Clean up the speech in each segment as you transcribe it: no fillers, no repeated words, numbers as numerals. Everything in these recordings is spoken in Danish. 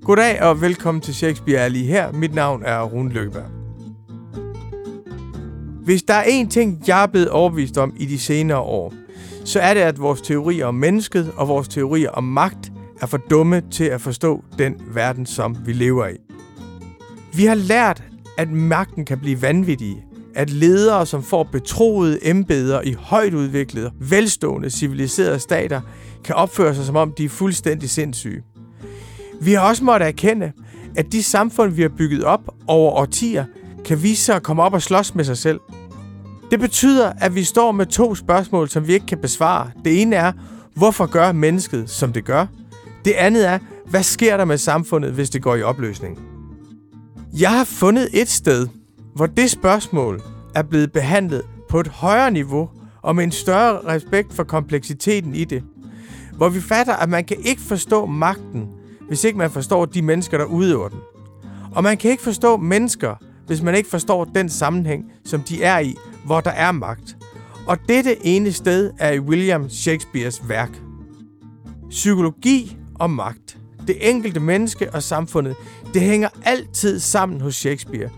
Goddag og velkommen til Shakespeare er lige her. Mit navn er Rune Lykkeberg. Hvis der er én ting, jeg er blevet overbevist om i de senere år, så er det, at vores teorier om mennesket og vores teorier om magt er for dumme til at forstå den verden, som vi lever i. Vi har lært, at magten kan blive vanvittig, at ledere, som får betroede embeder i højt udviklede, velstående, civiliserede stater, kan opføre sig, som om de er fuldstændig sindssyge. Vi har også måttet erkende, at de samfund, vi har bygget op over årtier, kan vise sig at komme op og slås med sig selv. Det betyder, at vi står med 2 spørgsmål, som vi ikke kan besvare. Det ene er, hvorfor gør mennesket, som det gør? Det andet er, hvad sker der med samfundet, hvis det går i opløsning? Jeg har fundet et sted, hvor det spørgsmål er blevet behandlet på et højere niveau og med en større respekt for kompleksiteten i det. Hvor vi fatter, at man kan ikke forstå magten, hvis ikke man forstår de mennesker, der udøver den. Og man kan ikke forstå mennesker, hvis man ikke forstår den sammenhæng, som de er i, hvor der er magt. Og dette ene sted er i William Shakespeares værk. Psykologi og magt, det enkelte menneske og samfundet, det hænger altid sammen hos Shakespeare.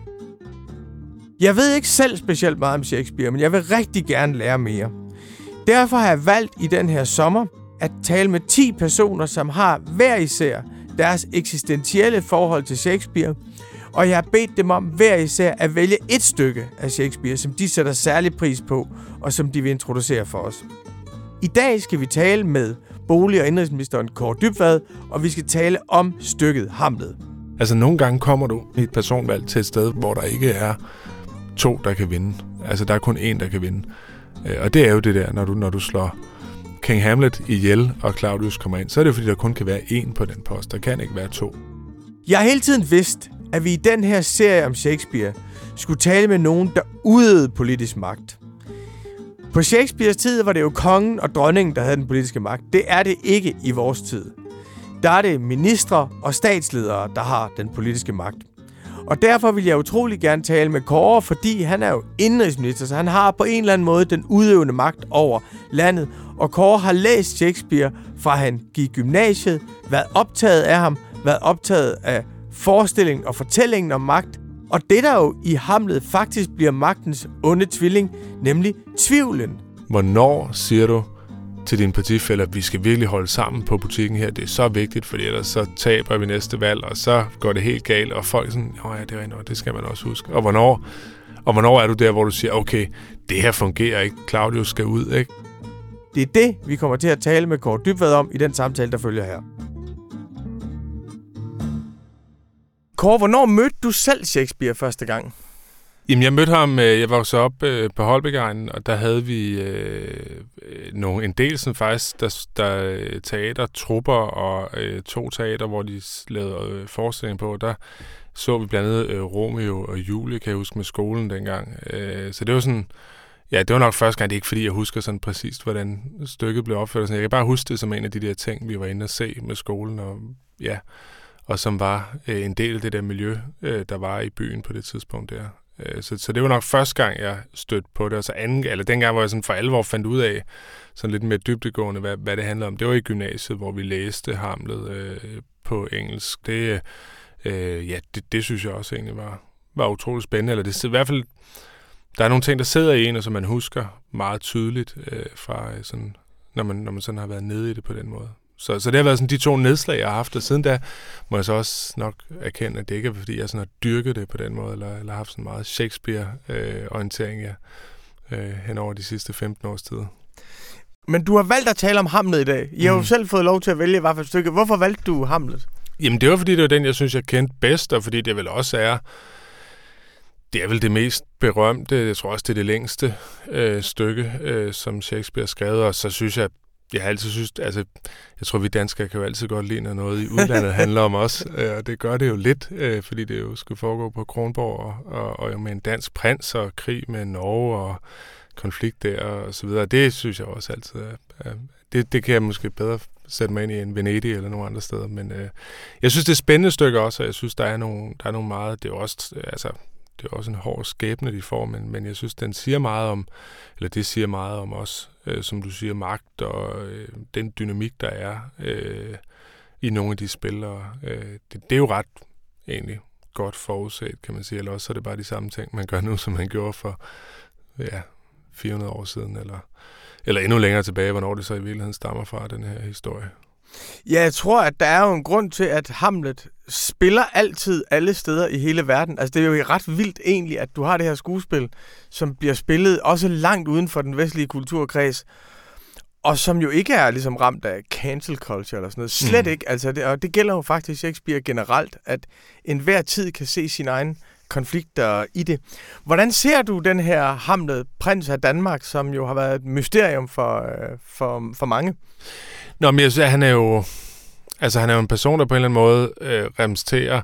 Jeg ved ikke selv specielt meget om Shakespeare, men jeg vil rigtig gerne lære mere. Derfor har jeg valgt i den her sommer at tale med 10 personer, som har hver især deres eksistentielle forhold til Shakespeare, og jeg har bedt dem om hver især at vælge et stykke af Shakespeare, som de sætter særlig pris på, og som de vil introducere for os. I dag skal vi tale med bolig- og indenrigsministeren Kaare Dybvad, og vi skal tale om stykket Hamlet. Altså nogle gange kommer du i et personvalg til et sted, hvor der ikke er 2, der kan vinde. Altså der er kun 1, der kan vinde. Og det er jo det der, når du slår King Hamlet ihjel, og Claudius kommer ind, så er det jo fordi, der kun kan være 1 på den post. Der kan ikke være 2. Jeg har hele tiden vidst, at vi i den her serie om Shakespeare skulle tale med nogen, der udøvede politisk magt. På Shakespeares tid var det jo kongen og dronningen, der havde den politiske magt. Det er det ikke i vores tid. Der er det ministre og statsledere, der har den politiske magt. Og derfor vil jeg utrolig gerne tale med Kaare, fordi han er jo indenrigsminister, så han har på en eller anden måde den udøvende magt over landet. Og Kaare har læst Shakespeare, fra han gik i gymnasiet, været optaget af ham, været optaget af forestillingen og fortællingen om magt. Og det der jo i Hamlet faktisk bliver magtens onde tvilling, nemlig tvivlen. Hvornår siger du til dine partifæller, at vi skal virkelig holde sammen på butikken her? Det er så vigtigt, fordi ellers så taber vi næste valg, og så går det helt galt, og folk er sådan, ja, det er rigtigt, det skal man også huske. Og hvornår er du der, hvor du siger, okay, det her fungerer ikke, Claudius skal ud, ikke? Det er det, vi kommer til at tale med Kaare Dybvad om i den samtale, der følger her. Kaare, hvornår mødte du selv Shakespeare første gang? Jamen, jeg mødte ham, jeg var jo så op på Holbækegnen, og der havde vi en del sådan faktisk, der teatertrupper og 2 teater, hvor de lavede forestilling på. Der så vi blandt andet Romeo og Julie, kan jeg huske, med skolen dengang. Så det var sådan, ja, det var nok første gang, det er ikke fordi, jeg husker sådan præcist, hvordan stykket blev opført. Jeg kan bare huske det som en af de der ting, vi var inde at se med skolen, og som var en del af det der miljø, der var i byen på det tidspunkt der. Så det var nok første gang, jeg stødte på det, og så dengang, hvor jeg sådan for alvor fandt ud af, sådan lidt mere dybdegående, hvad det handlede om. Det var i gymnasiet, hvor vi læste Hamlet på engelsk. Det synes jeg også egentlig var utroligt spændende. Eller det i hvert fald, der er nogle ting, der sidder i en, og som man husker meget tydeligt fra sådan, når man sådan har været nede i det på den måde. Så det har været sådan de 2 nedslag, jeg har haft, og siden da må jeg så også nok erkende, at det ikke er, fordi jeg sådan har dyrket det på den måde, eller haft sådan meget Shakespeare-orientering hen over de sidste 15 års tid. Men du har valgt at tale om Hamlet i dag. I har jo selv fået lov til at vælge i hvert fald et stykke. Hvorfor valgte du Hamlet? Jamen det var, fordi det var den, jeg synes, jeg kendte bedst, og fordi det vel også det er vel det mest berømte, jeg tror også, det er det længste stykke, som Shakespeare har skrevet, og så synes jeg har altid synes, altså, jeg tror, vi danskere kan jo altid godt lide, når noget i udlandet handler om os, og det gør det jo lidt, fordi det jo skal foregå på Kronborg, og med en dansk prins, og krig med Norge, og konflikt der, og så videre. Det synes jeg også altid det kan jeg måske bedre sætte mig ind i en Venedig eller nogle andre steder, men jeg synes, det er spændende stykke også, og jeg synes, der er nogle meget, det er også, altså, det er også en hård skæbne, de får, men jeg synes, det siger meget om os, som du siger, magt og den dynamik, der er i nogle af de spil. Og, det er jo ret egentlig godt forudset, kan man sige. Eller også er det bare de samme ting, man gør nu, som man gjorde for 400 år siden, eller endnu længere tilbage, hvornår det så i virkeligheden stammer fra, den her historie. Ja, jeg tror, at der er jo en grund til, at Hamlet spiller altid alle steder i hele verden. Altså, det er jo ret vildt egentlig, at du har det her skuespil, som bliver spillet også langt uden for den vestlige kulturkreds, og som jo ikke er ligesom ramt af cancel culture eller sådan noget. Slet ikke. Altså, og det gælder jo faktisk Shakespeare generelt, at enhver tid kan se sin egen konflikter i det. Hvordan ser du den her Hamlet, prins af Danmark, som jo har været et mysterium for mange? Nå, men jeg synes, at han er jo en person, der på en eller anden måde repræsenterer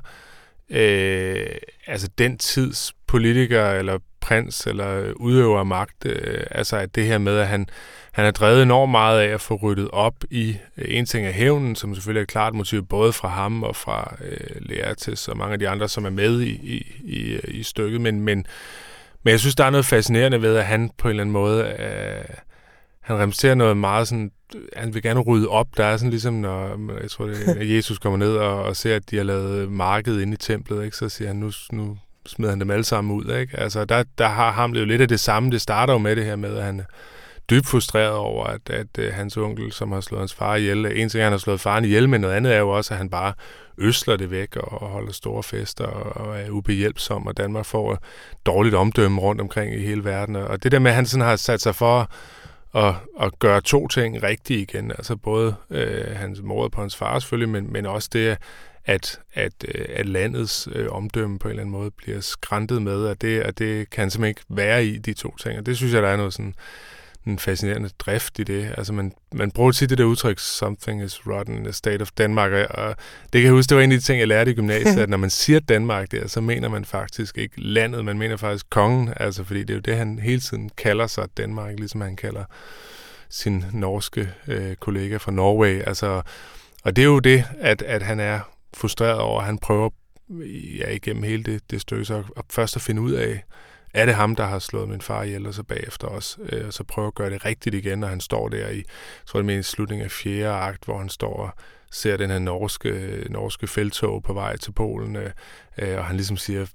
den tids politiker eller prins eller udøver af magt. At det her med, at han er drevet enormt meget af at få ryddet op i en ting af hævnen, som selvfølgelig er et klart motiv både fra ham og fra Laertes og mange af de andre, som er med i stykket. Men jeg synes, der er noget fascinerende ved, at han på en eller anden måde han repræsenterer noget meget sådan, han vil gerne rydde op. Der er sådan ligesom, når jeg tror, når Jesus kommer ned og ser, at de har lavet marked inde i templet, ikke? Så siger han, nu smider han dem alle sammen ud. Ikke? Altså, der har Hamlet jo lidt af det samme. Det starter jo med det her med, at han er dybt frustreret over, at hans onkel, som har slået hans far ihjel, en ting han har slået faren ihjel, men noget andet er jo også, at han bare øsler det væk og holder store fester og er ubehjælpsom, og Danmark får dårligt omdømme rundt omkring i hele verden. Og det der med, at han sådan har sat sig for at gøre to ting rigtigt igen, altså både hans mord på hans far selvfølgelig, men også det, at landets omdømme på en eller anden måde bliver skræntet med, og det kan simpelthen ikke være i de to ting. Og det synes jeg, der er noget sådan en fascinerende drift i det. Altså man bruger tit det der udtryk, something is rotten in the state of Denmark, og det kan jeg huske, det var en af de ting, jeg lærte i gymnasiet, at når man siger Danmark der, så mener man faktisk ikke landet, man mener faktisk kongen, altså fordi det er jo det, han hele tiden kalder sig Danmark, ligesom han kalder sin norske kollega fra Norway. Altså, og det er jo det, at han er frustreret over, at han prøver igennem hele det stykke, så først at finde ud af, er det ham, der har slået min far ihjel, og så bagefter også, og så prøver at gøre det rigtigt igen, når han står der i, tror jeg, i slutningen af 4. akt, hvor han står og ser den her norske felttog på vej til Polen, og han ligesom siger,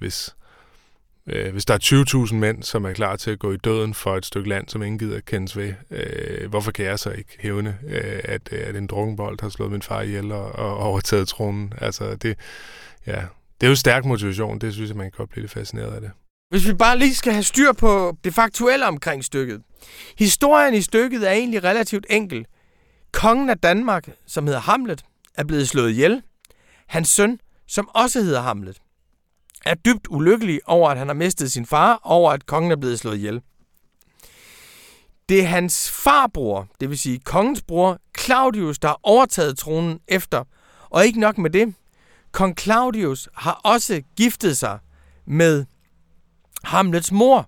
hvis der er 20.000 mænd, som er klar til at gå i døden for et stykke land, som ingen gider kendes ved, hvorfor kan jeg så ikke hævne, at en drukkenbold har slået min far ihjel og overtaget tronen? Altså, det er jo stærk motivation. Det synes jeg, man kan godt blive lidt fascineret af det. Hvis vi bare lige skal have styr på det faktuelle omkring stykket. Historien i stykket er egentlig relativt enkel. Kongen af Danmark, som hedder Hamlet, er blevet slået ihjel. Hans søn, som også hedder Hamlet, er dybt ulykkelig over, at han har mistet sin far, over at kongen er blevet slået ihjel. Det er hans farbror, det vil sige kongens bror, Claudius, der har overtaget tronen efter. Og ikke nok med det. Kong Claudius har også giftet sig med Hamlets mor.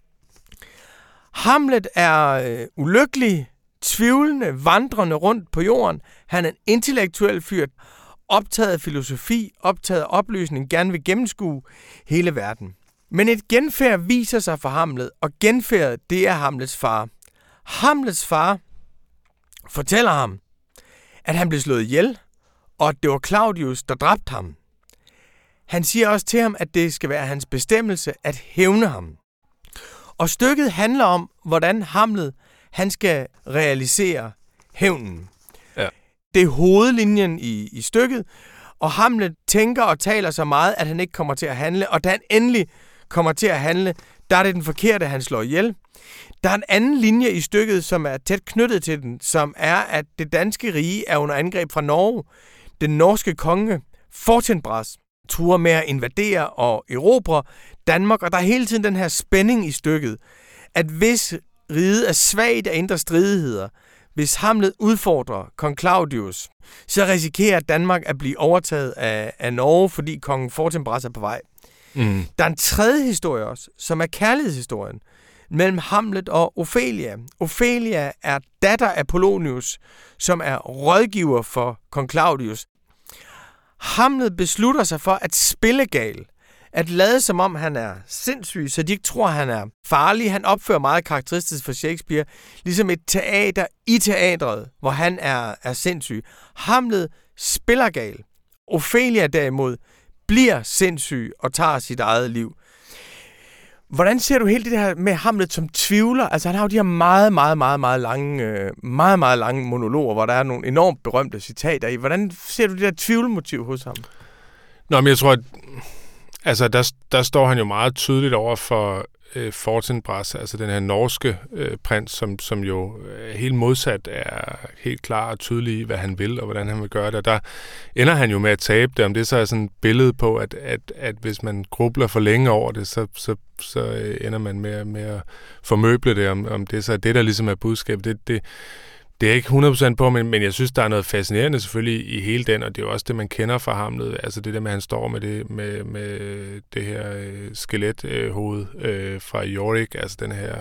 Hamlet er ulykkelig, tvivlende, vandrende rundt på jorden. Han er en intellektuel fyr, optaget af filosofi, optaget af oplysning, gerne vil gennemskue hele verden. Men et genfærd viser sig for Hamlet, og genfærdet, det er Hamlets far. Hamlets far fortæller ham, at han blev slået ihjel, og at det var Claudius, der dræbte ham. Han siger også til ham, at det skal være hans bestemmelse at hævne ham. Og stykket handler om, hvordan Hamlet han skal realisere hævnen. Ja. Det er hovedlinjen i stykket, og Hamlet tænker og taler så meget, at han ikke kommer til at handle, og da han endelig kommer til at handle, der er det den forkerte, han slår ihjel. Der er en anden linje i stykket, som er tæt knyttet til den, som er, at det danske rige er under angreb fra Norge. Den norske konge, Fortinbras, truer med at invadere og erobre Danmark, og der er hele tiden den her spænding i stykket, at hvis riget er svagt af indre stridigheder, hvis Hamlet udfordrer kong Claudius, så risikerer Danmark at blive overtaget af Norge, fordi kongen Fortinbras er på vej. Der er en tredje historie også, som er kærlighedshistorien mellem Hamlet og Ophelia. Ophelia er datter af Polonius, som er rådgiver for kong Claudius. Hamlet beslutter sig for at spille gal, at lade som om han er sindssyg, så de ikke tror, han er farlig. Han opfører meget karakteristisk for Shakespeare, ligesom et teater i teatret, hvor han er sindssyg. Hamlet spiller gal. Ophelia derimod bliver sindssyg og tager sit eget liv. Hvordan ser du hele det her med Hamlet som tvivler? Altså han har jo de her meget lange monologer, hvor der er nogle enormt berømte citater i. Hvordan ser du det der tvivlmotiv hos ham? Nå, men jeg tror, at altså, der står han jo meget tydeligt over for Fortinbras, altså den her norske prins, som jo helt modsat er helt klar og tydelig i, hvad han vil, og hvordan han vil gøre det. Og der ender han jo med at tabe det. Om det så er sådan et billede på, at hvis man grubler for længe over det, så ender man med at formøble det, om det så er det, der ligesom er budskabet. Det er ikke 100% på, men jeg synes, der er noget fascinerende selvfølgelig i hele den, og det er jo også det, man kender fra Hamlet. Altså det der med, at han står med det her skelethoved fra Yorick, altså den her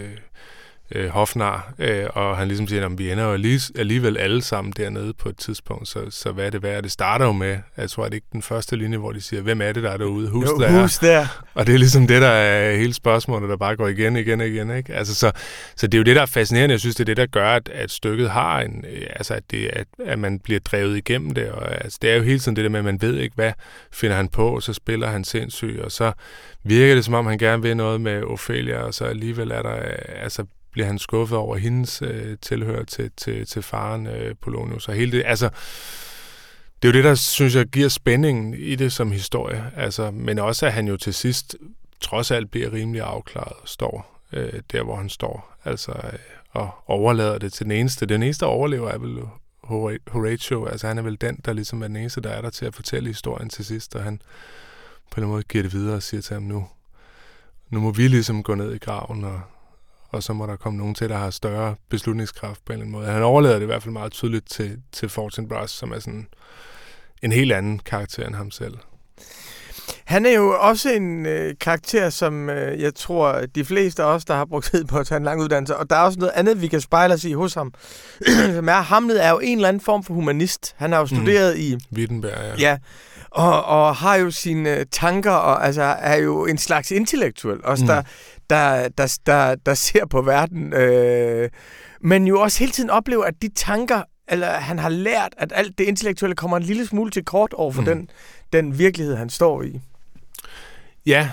hofnar, og han ligesom siger, at vi ender jo alligevel alle sammen dernede på et tidspunkt, så hvad er det værd? Det starter jo med, jeg tror, det er ikke den første linje, hvor de siger, hvem er det, der er derude? Hus der. Og det er ligesom det, der er hele spørgsmålet, der bare går igen, ikke? Altså, så det er jo det, der er fascinerende. Jeg synes, det er det, der gør, at stykket har en, altså at man bliver drevet igennem det, og altså, det er jo hele tiden det der med, at man ved ikke, hvad finder han på, så spiller han sindssyg, og så virker det, som om han gerne vil noget med Ophelia, og så alligevel er der, altså bliver han skuffet over hendes tilhør til faren Polonius. Og hele det, altså, det er jo det, der, synes jeg, giver spændingen i det som historie. Altså, men også, at han jo til sidst, trods alt, bliver rimelig afklaret og står der, hvor han står. Altså, og overlader det til den eneste. Den eneste, der overlever, er vel Horatio. Altså, han er vel den, der ligesom er den eneste, der er der til at fortælle historien til sidst. Og han på en eller anden måde giver det videre og siger til ham, nu må vi ligesom gå ned i graven, og så må der komme nogen til, der har større beslutningskraft på en eller anden måde. Han overlader det i hvert fald meget tydeligt til Fortinbras, som er sådan en helt anden karakter end ham selv. Han er jo også en karakter, som jeg tror, de fleste af os, der har brugt tid på at tage en lang uddannelse, og der er også noget andet, vi kan spejle os i hos ham. Hamlet er jo en eller anden form for humanist. Han har jo studeret i Wittenberg, ja. Og har jo sine tanker, og altså er jo en slags intellektuel, også der ser på verden, men jo også hele tiden oplever, at de tanker, eller han har lært, at alt det intellektuelle kommer en lille smule til kort over for den virkelighed, han står i. Ja,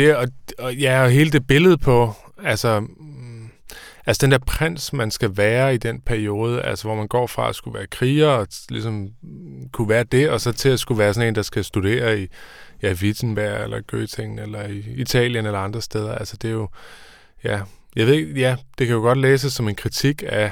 og hele det billede på, altså den der prins, man skal være i den periode, altså hvor man går fra at skulle være kriger, og ligesom kunne være det, og så til at skulle være sådan en, der skal studere i Wittenberg, eller Göttingen, eller i Italien, eller andre steder. Altså det er jo, ja, jeg ved ikke, ja, det kan jo godt læses som en kritik af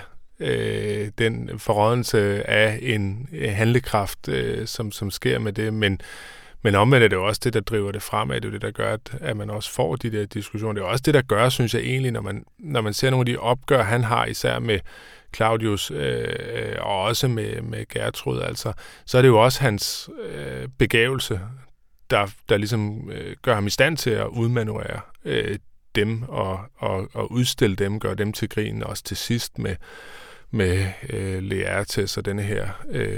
den forrådnelse af en handlekraft, som sker med det, men omvendt er det jo også det, der driver det fremad. Det er jo det, der gør, at man også får de der diskussioner. Det er også det, der gør, synes jeg egentlig, når man ser nogle af de opgør, han har, især med Claudius og også med Gertrud, altså, så er det jo også hans begævelse, der ligesom gør ham i stand til at udmanøvrere dem og udstille dem, gøre dem til grin, også til sidst med Laertes og denne her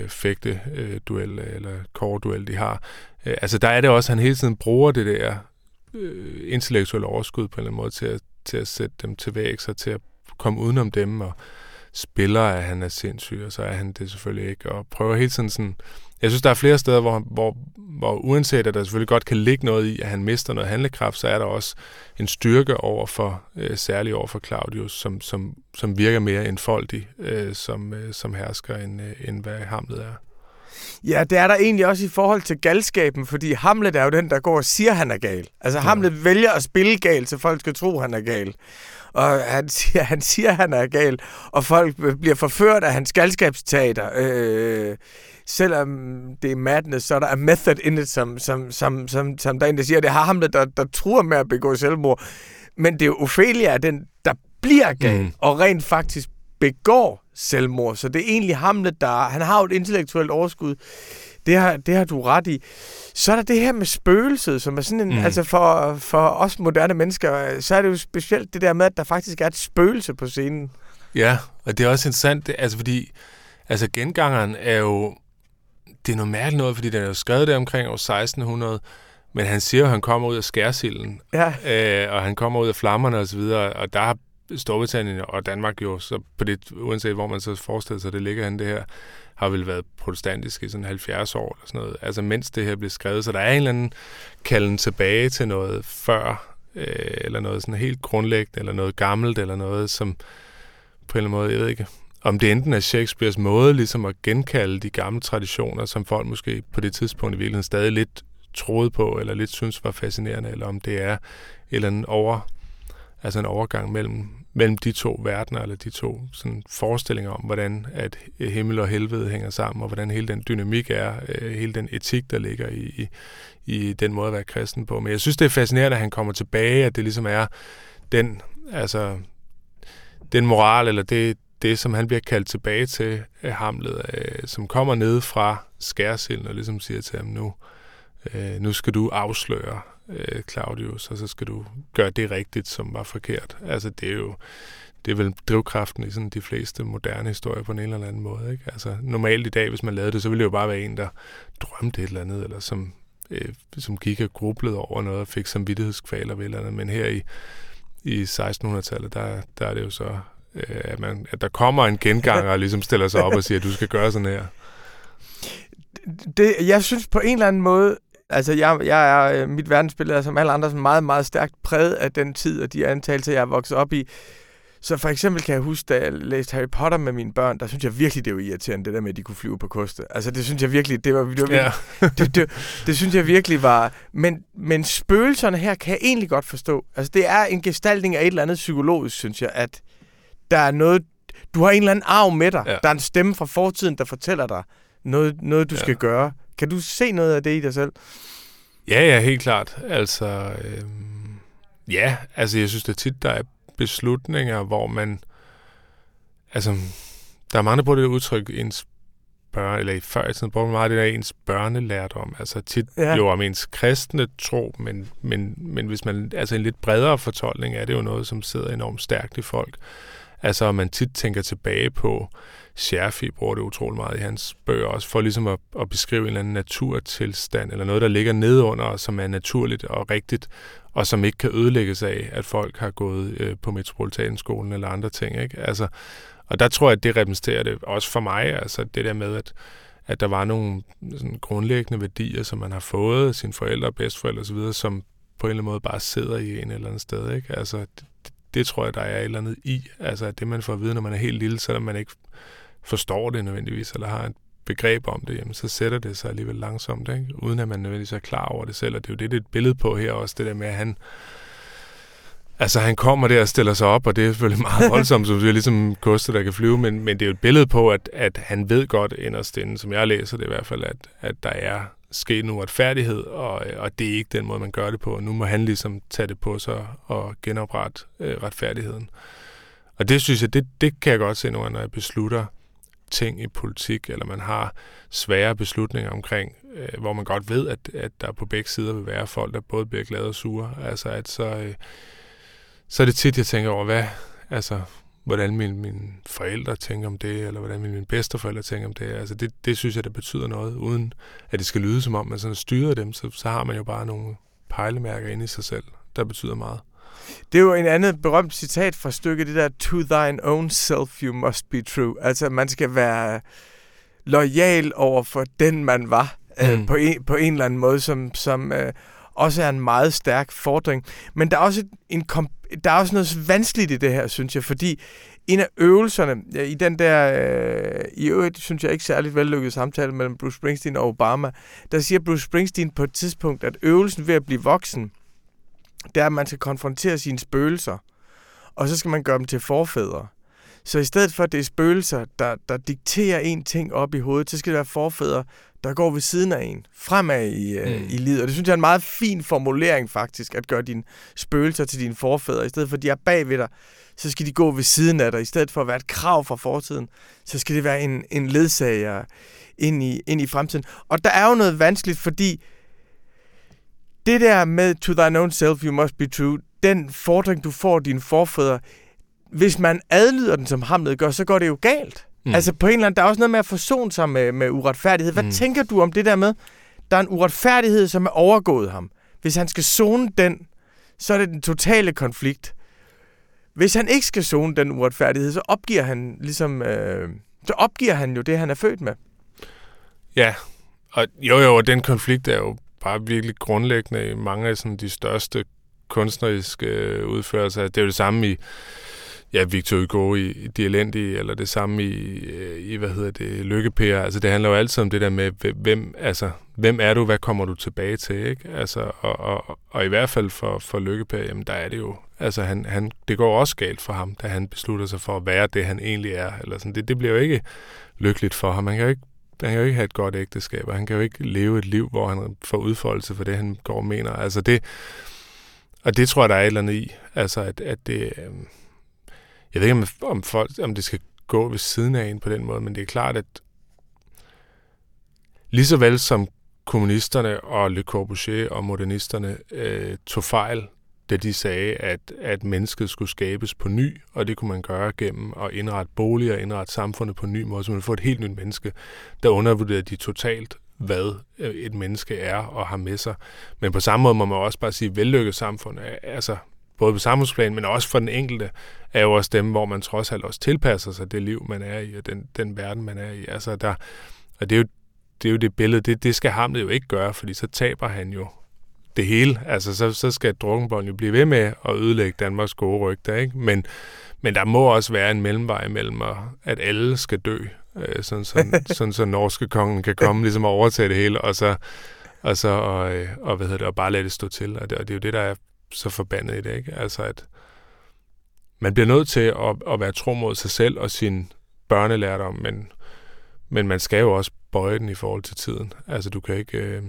fægte-duel eller kårduel, de har. Altså der er det også, at han hele tiden bruger det der intellektuelle overskud på en eller anden måde til at sætte dem til vægs og til at komme udenom dem, og spiller, at han er sindssyg, og så er han det selvfølgelig ikke, og prøver hele tiden sådan. Jeg synes, der er flere steder, hvor uanset at der selvfølgelig godt kan ligge noget i, at han mister noget handlekraft, så er der også en styrke særligt over for Claudius, som virker mere enfoldig som hersker, end hvad Hamlet er. Ja, det er der egentlig også i forhold til galskaben, fordi Hamlet er jo den, der går og siger, han er gal. Altså Hamlet vælger at spille gal, så folk skal tro, han er gal. Og han siger, han er gal, og folk bliver forført af hans galskabsteater. Selvom det er madness, så er der a method in it, som der er en, der siger, det har Hamlet, der truer med at begå selvmord. Men det er jo Ophelia, den, der bliver gal, og rent faktisk begår selvmord. Så det er egentlig Hamlet, han har jo et intellektuelt overskud. Det har du ret i. Så er der det her med spøgelset, som er sådan en, altså for os moderne mennesker, så er det jo specielt det der med, at der faktisk er et spøgelse på scenen. Ja, og det er også interessant, altså fordi, altså Gengangeren er jo, det er noget mærkeligt noget, fordi den er jo skrevet der omkring år 1600, Men han siger at han kommer ud af skærsilden, og han kommer ud af flammerne osv., og der har Storbritannien og Danmark jo, så på det, uanset hvor man så forestiller sig, det ligger hen det her, har vel været protestantisk i sådan 70 år eller sådan noget, altså mens det her blev skrevet, så der er en eller anden kalden tilbage til noget før, eller noget sådan helt grundlæggende, eller noget gammelt, eller noget, som på en eller anden måde, jeg ved ikke, om det enten er Shakespeares måde ligesom at genkalde de gamle traditioner, som folk måske på det tidspunkt i virkeligheden stadig lidt troede på, eller lidt synes var fascinerende, eller om det er en eller anden en overgang mellem de to verdener, eller de to sådan, forestillinger om, hvordan at himmel og helvede hænger sammen, og hvordan hele den dynamik er, hele den etik, der ligger i den måde at være kristen på. Men jeg synes, det er fascinerende, at han kommer tilbage, at det ligesom er den moral, eller det, som han bliver kaldt tilbage til af Hamlet, som kommer ned fra skærsilden og ligesom siger til ham, nu skal du afsløre Claudius, og så skal du gøre det rigtigt, som var forkert. Altså, det er vel drivkraften i sådan de fleste moderne historier på en eller anden måde, ikke? Altså, normalt i dag, hvis man lavede det, så ville det jo bare være en, der drømte et eller andet, eller som gik og grublede over noget og fik samvittighedskvaler ved et eller andet. Men her i 1600-tallet, der er det jo så, at der kommer en genganger og ligesom stiller sig op og siger, at du skal gøre sådan her. Jeg synes på en eller anden måde, altså jeg er mit verdensbillede er som alle andre meget, meget stærkt præget af den tid og de antagelser, jeg er vokset op i. Så for eksempel kan jeg huske, da jeg læste Harry Potter med mine børn, der synes jeg virkelig, det var irriterende, det der med, at de kunne flyve på koste. Altså det synes jeg virkelig, det synes jeg virkelig var... Men spøgelserne her kan jeg egentlig godt forstå. Altså det er en gestaltning af et eller andet psykologisk, synes jeg, at der er noget... Du har en eller anden arv med dig. Ja. Der er en stemme fra fortiden, der fortæller dig noget du skal gøre. Kan du se noget af det i dig selv? Ja, helt klart. Altså, jeg synes det tit, der er beslutninger, hvor man, altså, der er mange, der bruger det udtryk, ens eller i før i tiden bruger man meget det der ens børnelærdom, altså tit jo om ens kristne tro, men hvis man, altså en lidt bredere fortolkning er det jo noget, som sidder enormt stærkt i folk. Altså, man tit tænker tilbage på, Scherfig bruger det utrolig meget i hans bøger også, for ligesom at beskrive en eller anden naturtilstand, eller noget, der ligger nedunder, som er naturligt og rigtigt, og som ikke kan ødelægges af, at folk har gået på Metropolitanskolen eller andre ting, ikke? Altså, og der tror jeg, at det repræsenterer det også for mig, altså det der med, at der var nogle sådan grundlæggende værdier, som man har fået af sine forældre og bedsteforældre osv., som på en eller anden måde bare sidder i en eller anden sted, ikke? Altså, det tror jeg, der er et eller andet i. Altså, at det, man får at vide, når man er helt lille, selvom man ikke forstår det nødvendigvis, eller har et begreb om det, jamen, så sætter det sig alligevel langsomt, ikke? Uden at man nødvendigvis er klar over det selv. Og det er jo det er et billede på her også, det der med, at han kommer der og stiller sig op, og det er selvfølgelig meget voldsomt, så det er ligesom koster, der kan flyve, men det er jo et billede på, at han ved godt inderst inde, som jeg læser det i hvert fald, at der er sket en uretfærdighed, og det er ikke den måde, man gør det på. Nu må han ligesom tage det på sig og genoprette retfærdigheden. Og det synes jeg, det kan jeg godt se når jeg beslutter ting i politik, eller man har svære beslutninger omkring, hvor man godt ved, at der på begge sider vil være folk, der både bliver glade og sure. Altså, at så er det tit, jeg tænker over, hvordan mine forældre tænker om det, eller hvordan mine bedsteforældre tænker om det. Altså, det synes jeg, der betyder noget, uden at det skal lyde som om, man sådan styrer dem, så har man jo bare nogle pejlemærker inde i sig selv, der betyder meget. Det er jo en anden berømt citat fra stykket, det der, to thine own self you must be true. Altså, man skal være loyal over for den, man var, på en eller anden måde, som også er en meget stærk fordring. Men der er også noget vanskeligt i det her, synes jeg, fordi en af øvelserne i den der, i øvrigt, synes jeg ikke særligt vellykket samtale mellem Bruce Springsteen og Obama, der siger Bruce Springsteen på et tidspunkt, at øvelsen ved at blive voksen, det er, at man skal konfrontere sine spøgelser, og så skal man gøre dem til forfædre. Så i stedet for, at det er spøgelser, der dikterer en ting op i hovedet, så skal det være forfædre, der går ved siden af en, fremad i livet. Og det synes jeg er en meget fin formulering faktisk, at gøre dine spøgelser til dine forfædre. I stedet for, at de er bag ved dig, så skal de gå ved siden af dig. I stedet for at være et krav fra fortiden, så skal det være en ledsager ind i fremtiden. Og der er jo noget vanskeligt, fordi det der med to thine own self you must be true, den fordring, du får dine forfædre, hvis man adlyder den, som Hamlet gør, så går det jo galt. Altså på en eller anden, der er også noget med at forsone sig med uretfærdighed. Hvad tænker du om det der med, der er en uretfærdighed, som er overgået ham? Hvis han skal zone den, så er det den totale konflikt. Hvis han ikke skal zone den uretfærdighed, så opgiver han ligesom, så opgiver han jo det, han er født med. Ja, og jo, den konflikt er jo bare virkelig grundlæggende i mange af sådan de største kunstneriske udførelser. Det er jo det samme i Victor Hugo i De Elendige, eller det samme i Lykke-Per. Altså det handler jo altid om det der med, hvem er du, hvad kommer du tilbage til, ikke? Altså, og i hvert fald for Lykke-Per, jamen der er det jo, altså det går også galt for ham, da han beslutter sig for at være det, han egentlig er, eller sådan. Det bliver jo ikke lykkeligt for ham. Han kan jo ikke have et godt ægteskab, og han kan jo ikke leve et liv, hvor han får udfoldelse for det, han går og mener. Altså det tror jeg, der er et eller andet i. Altså at det... Jeg ved ikke, om det skal gå ved siden af en på den måde, men det er klart, at lige så vel som kommunisterne og Le Corbusier og modernisterne tog fejl, da de sagde, at mennesket skulle skabes på ny, og det kunne man gøre gennem at indrette boliger og indrette samfundet på en ny måde, så man får et helt nyt menneske, der undervurderede de totalt, hvad et menneske er og har med sig. Men på samme måde må man også bare sige, at vellykket samfund altså både på samfundsplan, men også for den enkelte, er jo også dem, hvor man trods alt også tilpasser sig det liv, man er i, og den verden, man er i. Altså og det er jo det billede, det skal Hamlet jo ikke gøre, fordi så taber han jo det hele. Altså så skal Drukkenbold jo blive ved med at ødelægge Danmarks gode rygter, ikke? Men der må også være en mellemvej mellem, at alle skal dø, sådan så norske kongen kan komme ligesom og overtage det hele, og bare lade det stå til. Og det er jo det, der er så forbandet i det, ikke? Altså at man bliver nødt til at være tro mod sig selv og sin børnelærdom, men man skal jo også bøje den i forhold til tiden. Altså du kan ikke...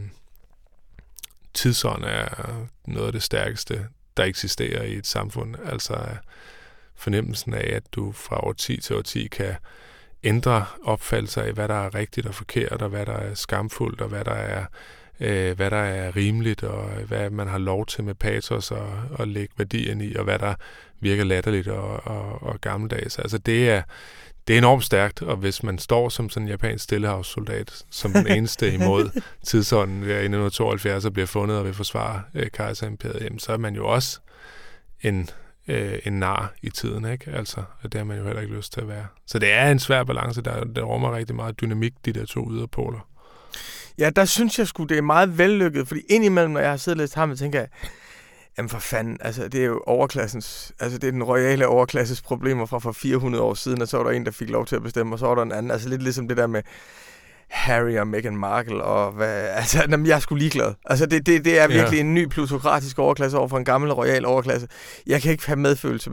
Tidsånd er noget af det stærkeste, der eksisterer i et samfund. Altså fornemmelsen af, at du fra årti til årti kan ændre opfattelser af, hvad der er rigtigt og forkert, og hvad der er skamfuldt, og hvad der er rimeligt, og hvad man har lov til med patos og lægge værdien i, og hvad der virker latterligt og gammeldags. Altså det er enormt stærkt, og hvis man står som sådan en japansk stillehavssoldat, som den eneste imod tidsånden i 1972 og bliver fundet og vil forsvare kejserimperiet, jamen, så er man jo også en nar i tiden, ikke? Altså, og det har man jo heller ikke lyst til at være. Så det er en svær balance, der rummer rigtig meget dynamik, de der to yderpoler. Ja, der synes jeg sgu, det er meget vellykket, fordi indimellem, når jeg har siddet og læst ham, tænker jeg, jamen for fanden, altså det er jo overklassens, altså det er den royale overklasses problemer fra 400 år siden, og så var der en, der fik lov til at bestemme, og så var der en anden, altså lidt ligesom det der med Harry og Meghan Markle, og hvad, altså jamen, jeg er sgu ligeglad. Altså det er virkelig en ny plutokratisk overklasse over for en gammel royal overklasse. Jeg kan ikke have medfølelse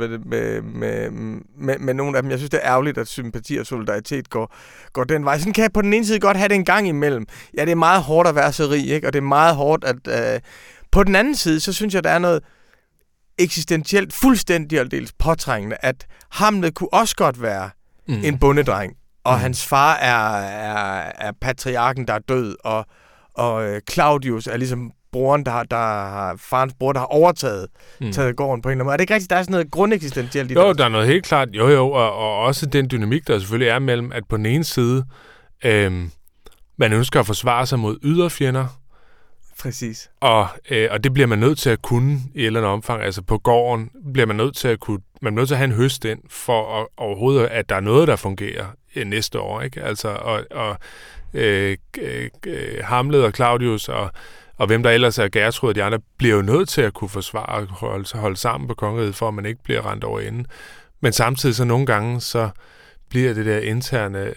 med nogen af dem. Jeg synes, det er ærgerligt, at sympati og solidaritet går den vej. Sådan kan jeg på den ene side godt have det en gang imellem. Ja, det er meget hårdt at være så rig, ikke? Og det er meget hårdt at... På den anden side, så synes jeg, der er noget eksistentielt fuldstændig og dels påtrængende, at Hamlet kunne også godt være en bondedreng, og hans far er patriarken, der er død, og Claudius er ligesom broren, farens bror, der har overtaget taget gården på en eller anden måde. Er det ikke rigtigt, der er sådan noget grundeksistentielt i det? Jo, der er noget helt klart, og også den dynamik, der selvfølgelig er mellem, at på den ene side, man ønsker at forsvare sig mod yderfjender. Præcis. Og det bliver man nødt til at kunne i et eller andet omfang. Altså på gården bliver man nødt til at kunne, man er nødt til at have en høst ind, for overhovedet, at der er noget, der fungerer næste år, ikke? Altså, Hamlet og Claudius og hvem der ellers er Gertrud og de andre, bliver jo nødt til at kunne forsvare og holde sammen på kongeriget, for at man ikke bliver rendt over enden. Men samtidig så nogle gange, så bliver det der interne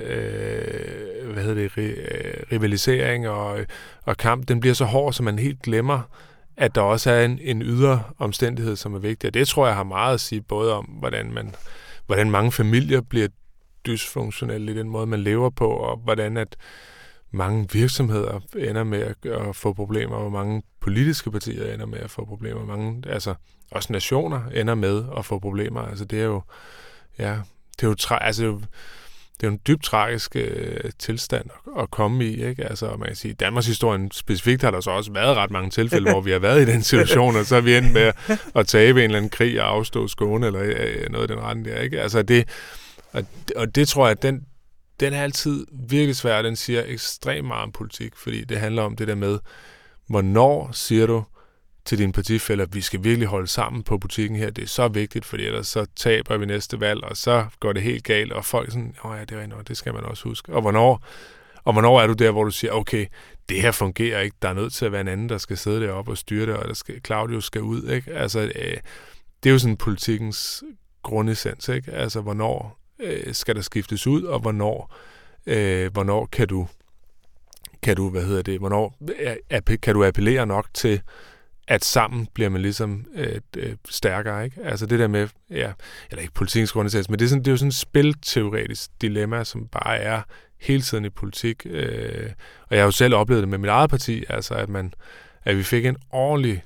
rivalisering og kamp, den bliver så hård, så man helt glemmer, at der også er en ydre omstændighed, som er vigtig. Og det tror jeg har meget at sige, både om, hvordan mange familier bliver dysfunktionelle i den måde, man lever på, og hvordan at mange virksomheder ender med at få problemer, og mange politiske partier ender med at få problemer. Mange, altså også nationer ender med at få problemer. Altså det er jo, ja, det er jo en dybt tragisk tilstand at komme i, ikke? Altså, man kan sige, i Danmarks historien specifikt har der så også været ret mange tilfælde, hvor vi har været i den situation, og så er vi endt med at tabe en eller anden krig og afstå Skåne, eller noget af den rette der, ikke? Altså det tror jeg, at den er altid virkelig svær, den siger ekstremt meget om politik, fordi det handler om det der med, hvornår siger du, til dine partifæller, vi skal virkelig holde sammen på butikken her, det er så vigtigt, fordi ellers så taber vi næste valg, og så går det helt galt, og folk er sådan, ja, det er rigtigt, det skal man også huske. Og hvornår er du der, hvor du siger, okay, det her fungerer ikke, der er nødt til at være en anden, der skal sidde deroppe og styre det, og Claudius skal ud, ikke? Altså, det er jo sådan politikens grundessens, ikke? Altså, hvornår skal der skiftes ud, og hvornår kan du kan du appellere nok til, at sammen bliver man ligesom stærkere, ikke? Altså det der med, eller ikke politikens grundessens, men det er jo sådan et spilteoretisk dilemma, som bare er hele tiden i politik. Og jeg har jo selv oplevet det med mit eget parti, altså at vi fik en ordentlig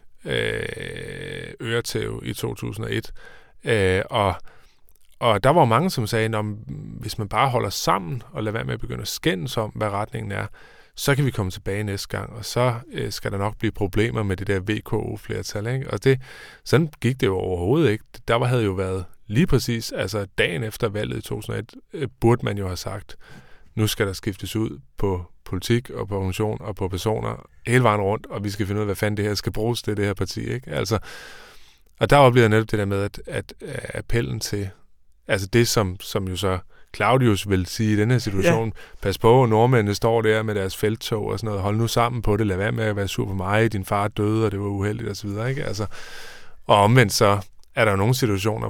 øretæve i 2001. Og der var mange, som sagde, at hvis man bare holder sammen og lader være med at begynde at skændes om, hvad retningen er, så kan vi komme tilbage næste gang, og så skal der nok blive problemer med det der VKO-flertal, ikke? Og sådan gik det jo overhovedet ikke. Der havde jo været lige præcis, altså dagen efter valget i 2001, burde man jo have sagt, nu skal der skiftes ud på politik og på organisation og på personer hele vejen rundt, og vi skal finde ud af, hvad fanden det her skal bruges til, det her parti, ikke? Altså, og der oplevede jeg netop det der med, at appellen til, altså det, som jo så Claudius vil sige i denne her situation, pas på, nordmændene står der med deres felttog og sådan noget, hold nu sammen på det, lad være med at være sur på mig, din far døde, og det var uheldigt og så videre, ikke? Altså, og omvendt så er der jo nogle situationer,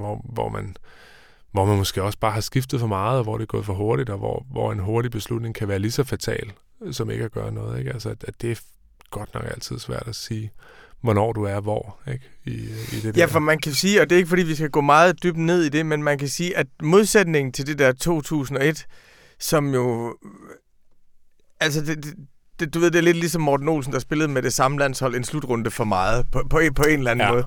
hvor man måske også bare har skiftet for meget, og hvor det er gået for hurtigt, og hvor en hurtig beslutning kan være lige så fatal, som ikke at gøre noget, ikke? Altså, at det er godt nok altid svært at sige, hvornår du er hvor, ikke? I det der. Ja, for man kan sige, og det er ikke fordi, vi skal gå meget dybt ned i det, men man kan sige, at modsætningen til det der 2001, som jo, altså du ved, det er lidt ligesom Morten Olsen, der spillede med det samme landshold en slutrunde for meget, på en eller anden måde.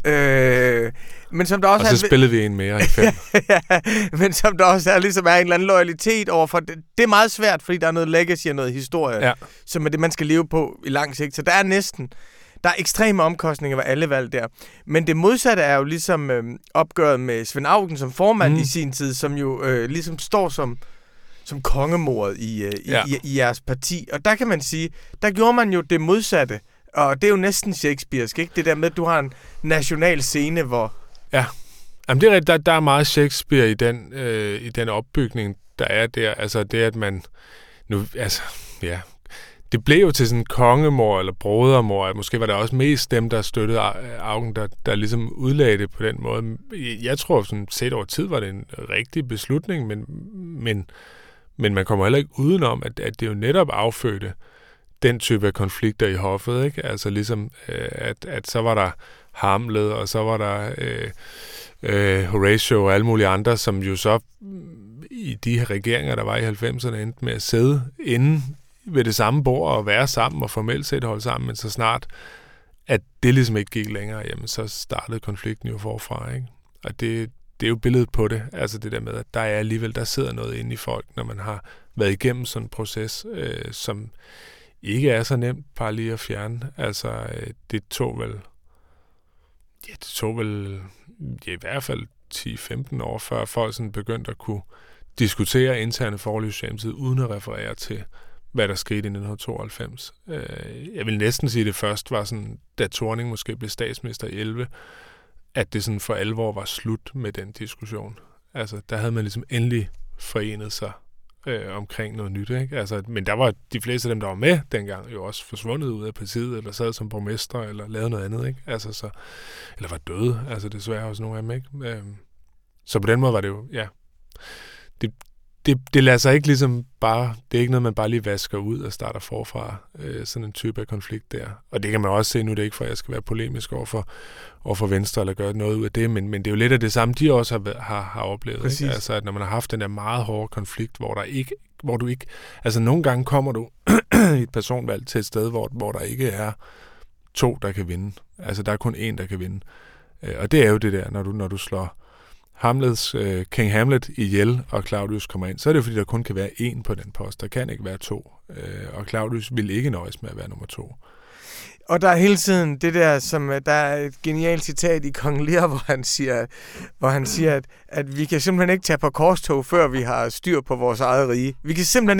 Men som der også og så spillede vi en mere i 5. Men som der også ligesom er en eller anden loyalitet overfor, det er meget svært, fordi der er noget legacy og noget historie, som er det, man skal leve på i lang sigt. Så der er ekstreme omkostninger ved alle valg der. Men det modsatte er jo ligesom opgøret med Svend Auken som formand i sin tid, som jo ligesom står som kongemordet i jeres parti. Og der kan man sige, der gjorde man jo det modsatte. Og det er jo næsten Shakespearesk, ikke? Det der med, at du har en national scene, hvor... Ja, jamen det er rigtigt. Der er meget Shakespeare i den opbygning, der er der. Altså det, at man... Nu, altså, ja... Det blev jo til sådan en kongemor eller brodermor. Måske var det også mest dem, der støttede Auken, der ligesom udlagde det på den måde. Jeg tror, sådan set over tid var det en rigtig beslutning, men man kommer heller ikke udenom, at det jo netop affødte den type af konflikter i hoffet, ikke? Altså ligesom, at så var der Hamlet, og så var der Horatio og alle mulige andre, som jo så i de her regeringer, der var i 90'erne, endte med at sidde inde ved det samme bord og være sammen og formelt set holde sammen, men så snart, at det ligesom ikke gik længere, jamen så startede konflikten jo forfra, ikke? Og det er jo billedet på det, altså det der med, at der sidder noget inde i folk, når man har været igennem sådan en proces, som ikke er så nemt bare lige at fjerne. Altså det tog vel i hvert fald 10-15 år, før folk sådan begyndte at kunne diskutere interne forhold i Socialdemokratiet, uden at referere til hvad der skete i 1992. Jeg vil næsten sige, at det først var sådan, da Thorning måske blev statsminister i 11, at det sådan for alvor var slut med den diskussion. Altså, der havde man ligesom endelig forenet sig omkring noget nyt, ikke? Altså, men der var de fleste af dem, der var med dengang, jo også forsvundet ud af partiet, eller sad som borgmester, eller lavede noget andet, ikke? Altså, så, eller var døde, altså desværre også nogle af dem, ikke? Så på den måde var det jo, ja, det lader sig ikke ligesom bare, det er ikke noget, man bare lige vasker ud og starter forfra, sådan en type af konflikt der. Og det kan man også se nu, det er ikke for, at jeg skal være polemisk overfor Venstre eller gøre noget ud af det, men det er jo lidt af det samme, de også har oplevet. Ikke? Altså, at når man har haft den der meget hårde konflikt, hvor du ikke, altså nogle gange kommer du i et personvalg til et sted, hvor der ikke er 2, der kan vinde. Altså, der er kun 1, der kan vinde. Og det er jo det der, når du slår King Hamlet ihjel, og Claudius kommer ind, så er det fordi, der kun kan være 1 på den post. Der kan ikke være 2. Og Claudius vil ikke nøjes med at være nummer 2. Og der er hele tiden det der, som der er et genialt citat i Kong Lear, hvor han siger, at vi kan simpelthen ikke tage på korstog, før vi har styr på vores eget rige. Vi kan simpelthen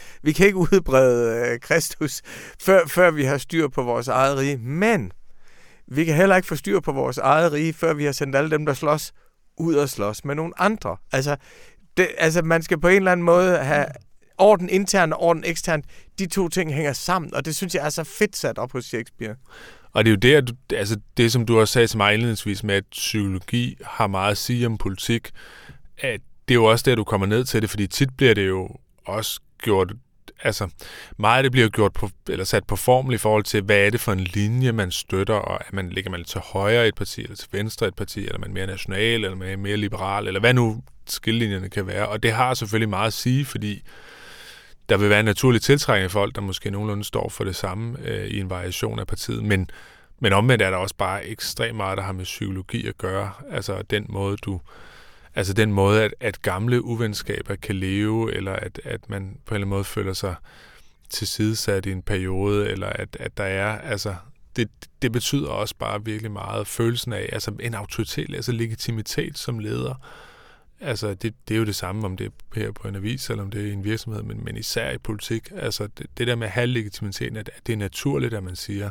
ikke udbrede Kristus, før vi har styr på vores eget rige. Men vi kan heller ikke få styr på vores eget rige, før vi har sendt alle dem, der slås, ud og slås med nogle andre. Altså, man skal på en eller anden måde have orden intern og orden ekstern. De to ting hænger sammen, og det synes jeg er så fedt sat op hos Shakespeare. Og det er jo det, som du også sagde til mig indledningsvis med, at psykologi har meget at sige om politik, at det er jo også der, du kommer ned til det, fordi tit bliver det jo også gjort, altså meget af det bliver gjort på, eller sat på formel i forhold til, hvad er det for en linje, man støtter, og ligger man til højre et parti, eller til venstre et parti, eller er man mere national, eller man mere liberal, eller hvad nu skillelinjerne kan være. Og det har selvfølgelig meget at sige, fordi der vil være en naturlig tiltrækning af folk, der måske nogenlunde står for det samme i en variation af partiet, men omvendt er der også bare ekstremt meget, der har med psykologi at gøre. Altså den måde, at gamle uvenskaber kan leve, eller at man på en eller anden måde føler sig tilsidesat i en periode, eller at der er, altså det betyder også bare virkelig meget følelsen af, altså en autoritet, altså legitimitet som leder. Altså det er jo det samme, om det er her på en avis, eller om det er i en virksomhed, men især i politik. Altså det der med at have legitimiteten, at det er naturligt, at man siger,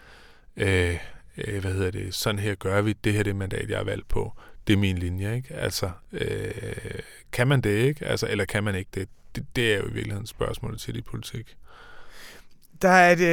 sådan her gør vi, det her det mandat, jeg er valgt på, det er min linje, ikke? Altså, kan man det ikke? Altså, eller kan man ikke det? Det er jo i virkeligheden spørgsmålet til i politik. Der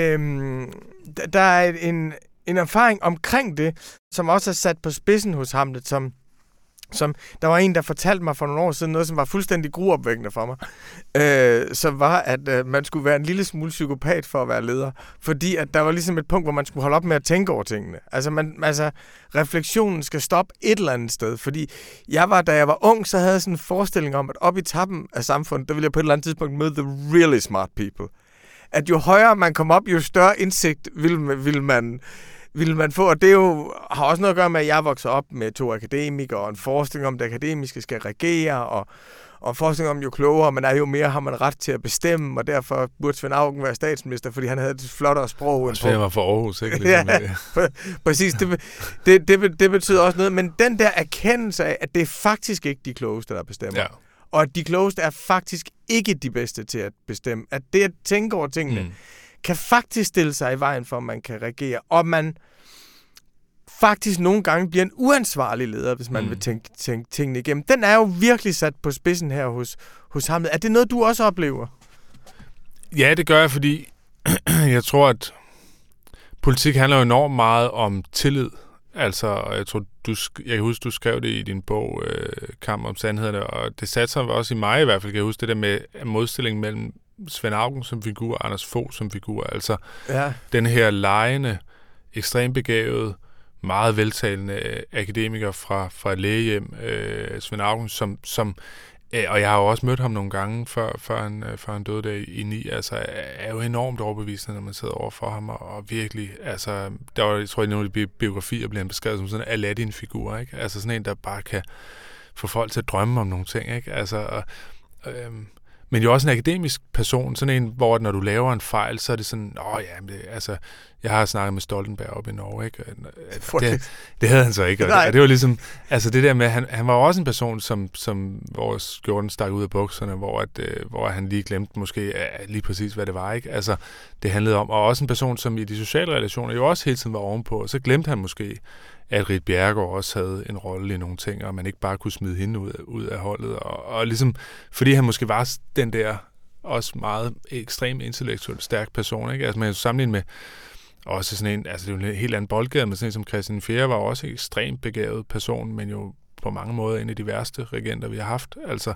er en erfaring omkring det, som også er sat på spidsen hos Hamlet, som der var en, der fortalte mig for nogle år siden noget, som var fuldstændig gruopvækkende for mig, som var, at man skulle være en lille smule psykopat for at være leder, fordi at der var ligesom et punkt, hvor man skulle holde op med at tænke over tingene. Altså refleksionen skal stoppe et eller andet sted, fordi da jeg var ung, så havde jeg sådan en forestilling om, at op i toppen af samfundet, der ville jeg på et eller andet tidspunkt møde the really smart people. At jo højere man kom op, jo større indsigt ville man få, og det har også noget at gøre med, at jeg voksede op med 2 akademikere, og en forestilling om, at det akademiske skal regere, og en forestilling om, jo klogere man er, jo mere har man ret til at bestemme, og derfor burde Svend Auken være statsminister, fordi han havde et flottere sprog. Og Svend var fra Aarhus, ikke? Ja, præcis. Det betyder også noget, men den der erkendelse af, at det er faktisk ikke de klogeste, der bestemmer. Ja. Og at de klogeste er faktisk ikke de bedste til at bestemme. At det at tænke over tingene, kan faktisk stille sig i vejen for, at man kan regere, og man faktisk nogle gange bliver en uansvarlig leder, hvis man vil tænke tingene igennem. Den er jo virkelig sat på spidsen her hos Hamlet. Er det noget, du også oplever? Ja, det gør jeg, fordi jeg tror, at politik handler jo enormt meget om tillid. Altså, jeg tror, jeg kan huske, du skrev det i din bog, Kamp om sandhederne, og det satte sig også i mig i hvert fald, kan jeg huske det der med modstillingen mellem Svend Auken som figur og Anders Fogh som figur. Altså, den her legende, ekstremt begavede, meget veltalende akademiker fra et lægehjem, Svend Auken, som og jeg har jo også mødt ham nogle gange, før han døde der i 9, altså er jo enormt overbevisende, når man sidder over for ham, og virkelig, altså, der var, jeg tror, i nogle af de biografier bliver han beskrevet som sådan en Aladdin-figur, ikke? Altså sådan en, der bare kan få folk til at drømme om nogle ting, ikke? Altså, men jo også en akademisk person, sådan en, hvor når du laver en fejl, så er det sådan, jeg har snakket med Stoltenberg op i Norge, ikke? Det havde han så ikke, og det var ligesom, altså det der med, han var også en person, som hvor skjorten stak ud af bukserne, hvor han lige glemte måske lige præcis, hvad det var, ikke? Altså, det handlede om, og også en person, som i de sociale relationer jo også hele tiden var ovenpå, og så glemte han måske, at Ritt Bjerregaard også havde en rolle i nogle ting, og man ikke bare kunne smide hende ud af holdet. Og ligesom, fordi han måske var den der også meget ekstremt intellektuelt stærk person, ikke? Altså man kan sammenligne med også sådan en, altså det er jo en helt anden boldgade, men sådan en som Christian IV var også en ekstremt begavet person, men jo på mange måder en af de værste regenter, vi har haft. Altså,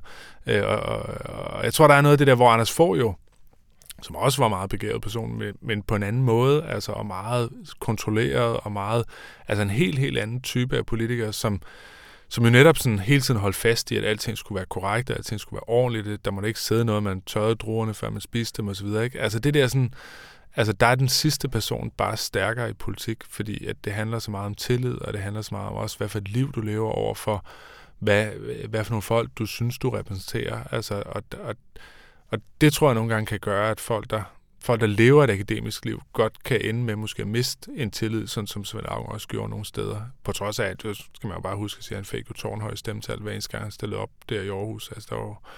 og jeg tror, der er noget af det der, hvor Anders Fogh jo, som også var meget begavet person, men på en anden måde, altså, og meget kontrolleret, og meget, altså en helt anden type af politikere, som jo netop sådan hele tiden holdt fast i, at alting skulle være korrekt, og alting skulle være ordentligt, der måtte ikke sidde noget, man tørrede druerne, før man spiste dem, osv., ikke? Altså det der sådan, altså der er den sidste person bare stærkere i politik, fordi at det handler så meget om tillid, og det handler så meget om også, hvad for et liv du lever over for, hvad for nogle folk, du synes, du repræsenterer, altså, og det tror jeg nogle gange kan gøre, at folk, der lever et akademisk liv, godt kan ende med måske at miste en tillid, sådan som Svend Auken også gjorde nogle steder. På trods af, at det skal man jo bare huske at sige, at han fik jo tårnhøj stemmetal, hver eneste gang han stillede op der i Aarhus. Altså, der var,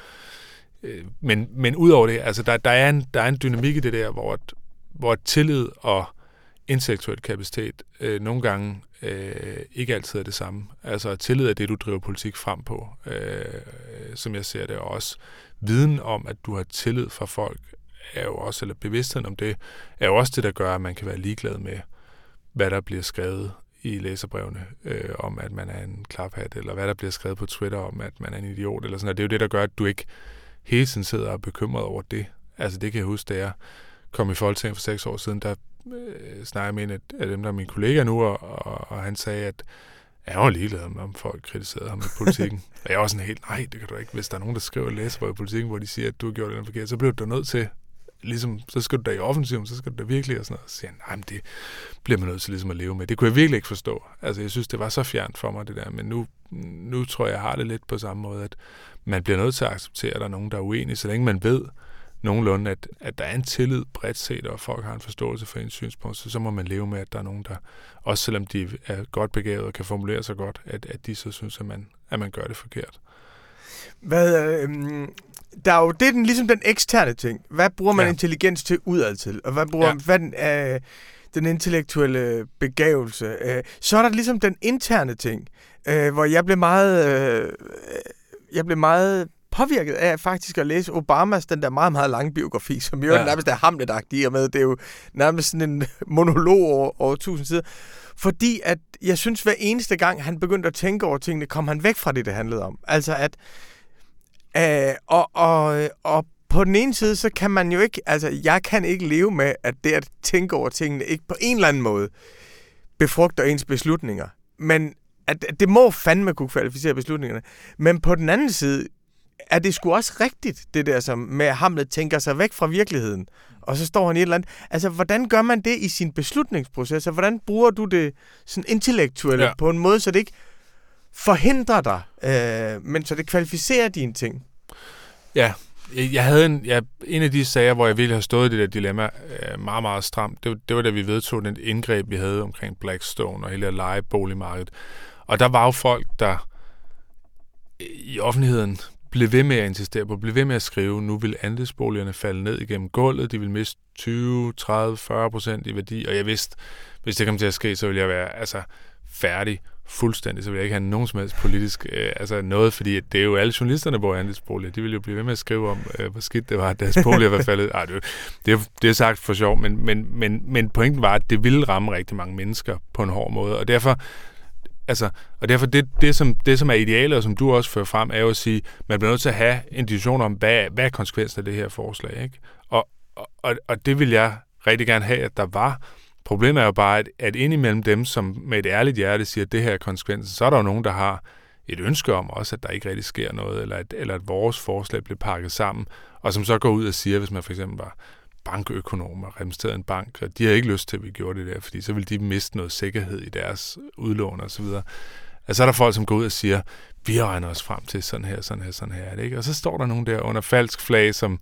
men udover det, altså der er en dynamik i det der, hvor tillid og intellektuel kapacitet nogle gange ikke altid er det samme. Altså tillid er det, du driver politik frem på, som jeg ser det, og også viden om, at du har tillid fra folk, er jo også, eller bevidstheden om det, er jo også det, der gør, at man kan være ligeglad med, hvad der bliver skrevet i læserbrevene om, at man er en klaphat, eller hvad der bliver skrevet på Twitter om, at man er en idiot, eller sådan. Og det er jo det, der gør, at du ikke hele tiden sidder og er bekymret over det. Altså det kan jeg huske, da jeg kom i Folketinget for 6 år siden, der snakkede jeg med en af dem, der er mine kollegaer nu, og han sagde, at jeg var ligeglad om folk kritiserede ham i politikken. Og jeg var sådan helt, nej, det kan du ikke. Hvis der er nogen, der skriver og læser på i politikken, hvor de siger, at du har gjort det forkert, så bliver du nødt til, ligesom, så skal du da i offensiven, så skal du da virkelig, og sådan noget. Og så siger han, nej, men det bliver man nødt til ligesom at leve med. Det kunne jeg virkelig ikke forstå. Altså, jeg synes, det var så fjernt for mig, det der. Men nu tror jeg har det lidt på samme måde, at man bliver nødt til at acceptere, at der er nogen, der er uenige, så længe man ved nogenlunde, at der er en tillid bredt set, og folk har en forståelse for ens synspunkt, så må man leve med, at der er nogen, der, også selvom de er godt begavet og kan formulere sig godt, at de så synes, at man gør det forkert. Der er jo det ligesom den eksterne ting. Hvad bruger man intelligens til udad til? Og hvad bruger den intellektuelle begavelse? Så er der ligesom den interne ting, hvor jeg blev meget påvirket af faktisk at læse Obamas, den der meget, meget lange biografi, som jo nærmest er Hamlet-agtig, og med det er jo nærmest sådan en monolog over 1000 sider. Fordi at jeg synes, hver eneste gang, han begyndte at tænke over tingene, kom han væk fra det handlede om. Altså at og på den ene side, så kan man jo ikke, altså jeg kan ikke leve med, at det at tænke over tingene ikke på en eller anden måde befrugter ens beslutninger. Men at det må fandme kunne kvalificere beslutningerne. Men på den anden side, er det sgu også rigtigt, det der, som med Hamlet tænker sig væk fra virkeligheden, og så står han i et eller andet. Altså, hvordan gør man det i sin beslutningsproces? Og hvordan bruger du det sådan intellektuelle på en måde, så det ikke forhindrer dig, men så det kvalificerer dine ting? Ja, jeg havde en af de sager, hvor jeg virkelig har stået i det der dilemma meget, meget stramt. Det var da vi vedtog den indgreb, vi havde omkring Blackstone og hele det lejeboligmarkedet. Og der var jo folk, der i offentligheden blev ved med at insistere på, blev ved med at skrive, nu vil andelsboligerne falde ned igennem gulvet, de vil miste 20, 30, 40% i værdi, og jeg vidste, hvis det kom til at ske, så ville jeg være færdig fuldstændig, så ville jeg ikke have nogen som helst politisk noget, fordi det er jo alle journalisterne, der bor i andelsboliger, de ville jo blive ved med at skrive om, hvor skidt det var, at deres boliger var faldet. Det er sagt for sjov, men pointen var, at det ville ramme rigtig mange mennesker på en hård måde, og derfor det, som er idealet, og som du også fører frem, er jo at sige, man bliver nødt til at have en diskussion om, hvad er konsekvensen af det her forslag, ikke? Og det vil jeg rigtig gerne have, at der var. Problemet er jo bare, at indimellem dem, som med et ærligt hjerte siger, at det her er konsekvensen, så er der jo nogen, der har et ønske om også, at der ikke rigtig sker noget, eller at vores forslag bliver pakket sammen, og som så går ud og siger, hvis man for eksempel var bankøkonomer og repræsenterede en bank, og de havde ikke lyst til, at vi gjorde det der, fordi så ville de miste noget sikkerhed i deres udlån og så videre. Og så er der folk, som går ud og siger, vi har regnet os frem til sådan her, ikke? Og så står der nogen der under falsk flag, som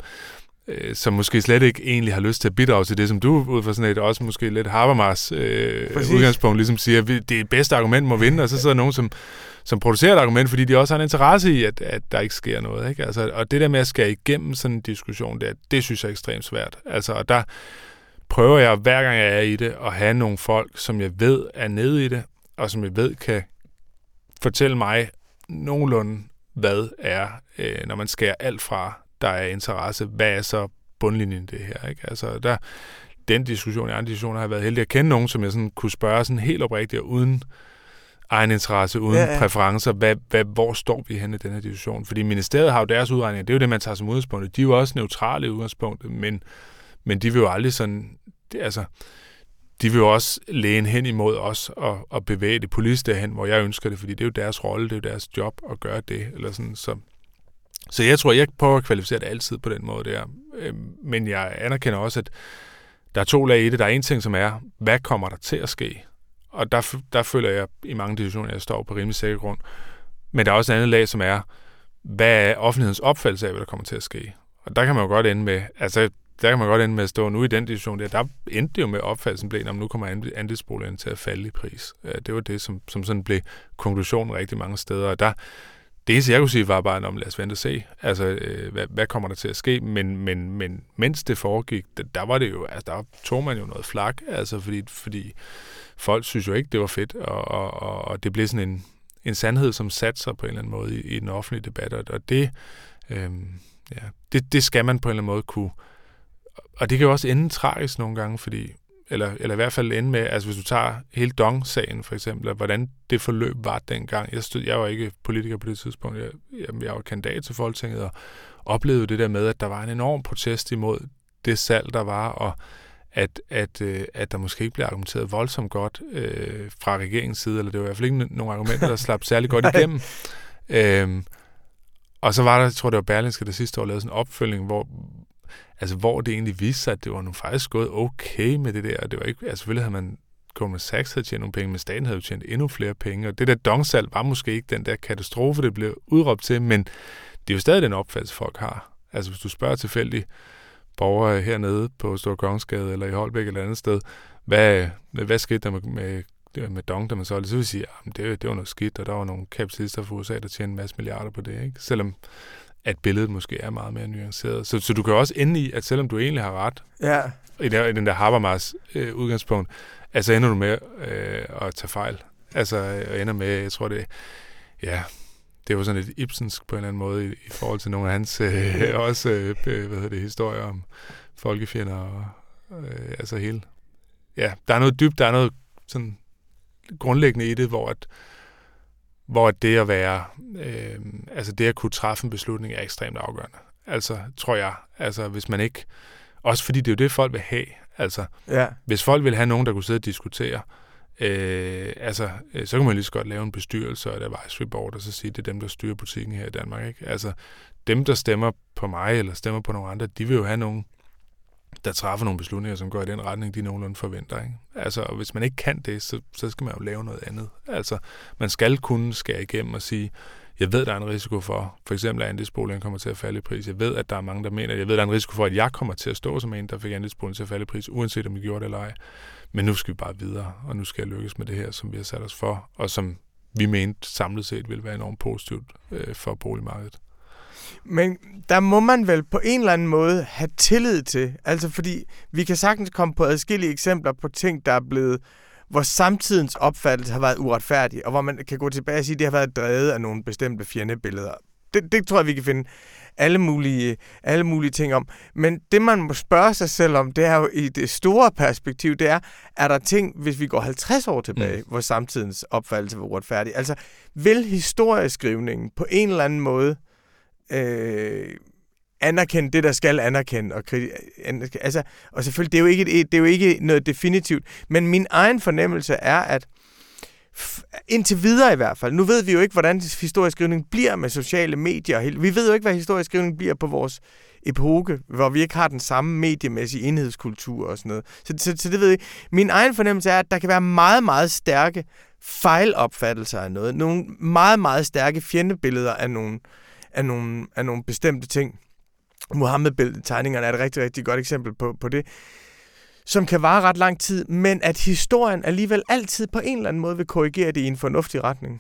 måske slet ikke egentlig har lyst til at bidrage til det, som du ud fra sådan et også måske lidt Habermas udgangspunkt ligesom siger, det bedste argument må vinde, og så sidder nogen, som producerer et argument, fordi de også har en interesse i, at der ikke sker noget, ikke? Altså, og det der med at skære igennem sådan en diskussion, det synes jeg er ekstremt svært. Altså, og der prøver jeg hver gang jeg er i det, at have nogle folk, som jeg ved er nede i det, og som jeg ved kan fortælle mig nogenlunde, hvad er, når man skærer alt fra, der er interesse, hvad er så bundlinjen i det her, ikke? Altså, den diskussion, andre diskussioner, har været heldig at kende nogen, som jeg sådan kunne spørge sådan helt oprigtigt, uden egen interesse, uden præferencer, hvor står vi henne i den her diskussion? Fordi ministeriet har jo deres udregninger, det er jo det, man tager som udgangspunkt. De er jo også neutrale i udgangspunktet, men de vil jo aldrig sådan, de vil jo også læne hen imod os og bevæge det politisk derhen, hvor jeg ønsker det, fordi det er jo deres rolle, det er jo deres job at gøre det, eller sådan, så jeg tror, jeg prøver at kvalificere det altid på den måde der. Men jeg anerkender også, at der er 2 lag i det. Der er en ting, som er, hvad kommer der til at ske? Og der føler jeg i mange diskussioner, jeg står på rimelig sikker grund. Men der er også et andet lag, som er, hvad er offentlighedens opfattelse af, hvad der kommer til at ske? Og der kan man jo godt ende med, at stå nu i den diskussion der endte det jo med opfattelsen blev, om nu kommer andelsboligerne til at falde i pris. Det var det, som sådan blev konklusionen rigtig mange steder. Og Det eneste, jeg kunne sige, var bare, lad os vente og se. Altså, hvad kommer der til at ske? Men mens det foregik, der var det jo, altså, der tog man jo noget flak, altså, fordi folk synes jo ikke, det var fedt, og det blev sådan en sandhed, som satte sig på en eller anden måde i den offentlige debat, og det, det skal man på en eller anden måde kunne. Og det kan jo også ende tragisk nogle gange, fordi eller i hvert fald ende med, altså hvis du tager hele Dong-sagen for eksempel, hvordan det forløb var dengang. Jeg var ikke politiker på det tidspunkt, jeg var kandidat til Folketinget, og oplevede det der med, at der var en enorm protest imod det salg, der var, og at der måske ikke blev argumenteret voldsomt godt fra regeringens side, eller det var i hvert fald ikke nogle argumenter, der slap særlig godt igennem. Og så var der, jeg tror det var Berlingske, der sidste år lavede sådan en opfølging, hvor det egentlig viste sig, at det var nu faktisk gået okay med det der. Det var ikke, altså selvfølgelig havde man, Goldman Sachs havde tjent nogle penge, men staten havde jo tjent endnu flere penge, og det der Dong-salg var måske ikke den der katastrofe, det blev udråbt til, men det er jo stadig den opfattelse, folk har. Altså hvis du spørger tilfældig borgere hernede på Store Kongensgade eller i Holbæk eller andet sted, hvad skete der med Dong, der man så vil sige, det var noget skidt, og der var nogle kapitalister fra USA, der tjente en masse milliarder på det, ikke? Selvom at billedet måske er meget mere nuanceret. Så du kan også ende i, at selvom du egentlig har ret, i den der Habermas udgangspunkt, altså ender du med at tage fejl. Altså ender med, jeg tror det var sådan lidt Ibsensk på en eller anden måde i forhold til nogle af hans også historier om folkefjender og altså hele. Ja, der er noget dybt, der er noget sådan grundlæggende i det, hvor det at være, altså det at kunne træffe en beslutning er ekstremt afgørende. Altså, tror jeg. Altså, hvis man ikke, også fordi det er jo det, folk vil have. Altså, hvis folk vil have nogen, der kunne sidde og diskutere, så kan man lige så godt lave en bestyrelse og et advisory board, og så sige, det er dem, der styrer butikken her i Danmark, ikke? Altså, dem, der stemmer på mig, eller stemmer på nogle andre, de vil jo have nogen, der træffer nogle beslutninger, som går i den retning, de nogenlunde forventer, ikke? Altså, og hvis man ikke kan det, så skal man jo lave noget andet. Altså, man skal kunne skære igennem og sige, jeg ved, der er en risiko for eksempel, at andelsboligen kommer til at falde i pris. Jeg ved, at der er mange, der mener, jeg ved, der er en risiko for, at jeg kommer til at stå som en, der fik andelsboligen til at falde i pris, uanset om vi gjorde det eller ej. Men nu skal vi bare videre, og nu skal jeg lykkes med det her, som vi har sat os for, og som vi mente samlet set vil være enormt positivt for boligmarkedet. Men der må man vel på en eller anden måde have tillid til, altså fordi vi kan sagtens komme på adskillige eksempler på ting, der er blevet, hvor samtidens opfattelse har været uretfærdig, og hvor man kan gå tilbage og sige, at det har været drevet af nogle bestemte fjendebilleder. Det tror jeg, vi kan finde alle mulige ting om. Men det, man må spørge sig selv om, det er jo i det store perspektiv, det er der ting, hvis vi går 50 år tilbage, hvor samtidens opfattelse var uretfærdig? Altså, vil historieskrivningen på en eller anden måde anerkende det, der skal anerkende, og selvfølgelig, det er jo ikke noget definitivt, men min egen fornemmelse er, at indtil videre i hvert fald, nu ved vi jo ikke, hvordan historieskrivning bliver med sociale medier, vi ved jo ikke, hvad historieskrivning bliver på vores epoke, hvor vi ikke har den samme mediemæssige enhedskultur og sådan noget. Så det ved jeg. Min egen fornemmelse er, at der kan være meget, meget stærke fejlopfattelser af noget, nogle meget, meget stærke fjendebilleder af nogle bestemte ting. Muhammed-tegningerne er et rigtig, rigtig godt eksempel på det, som kan vare ret lang tid, men at historien alligevel altid på en eller anden måde vil korrigere det i en fornuftig retning.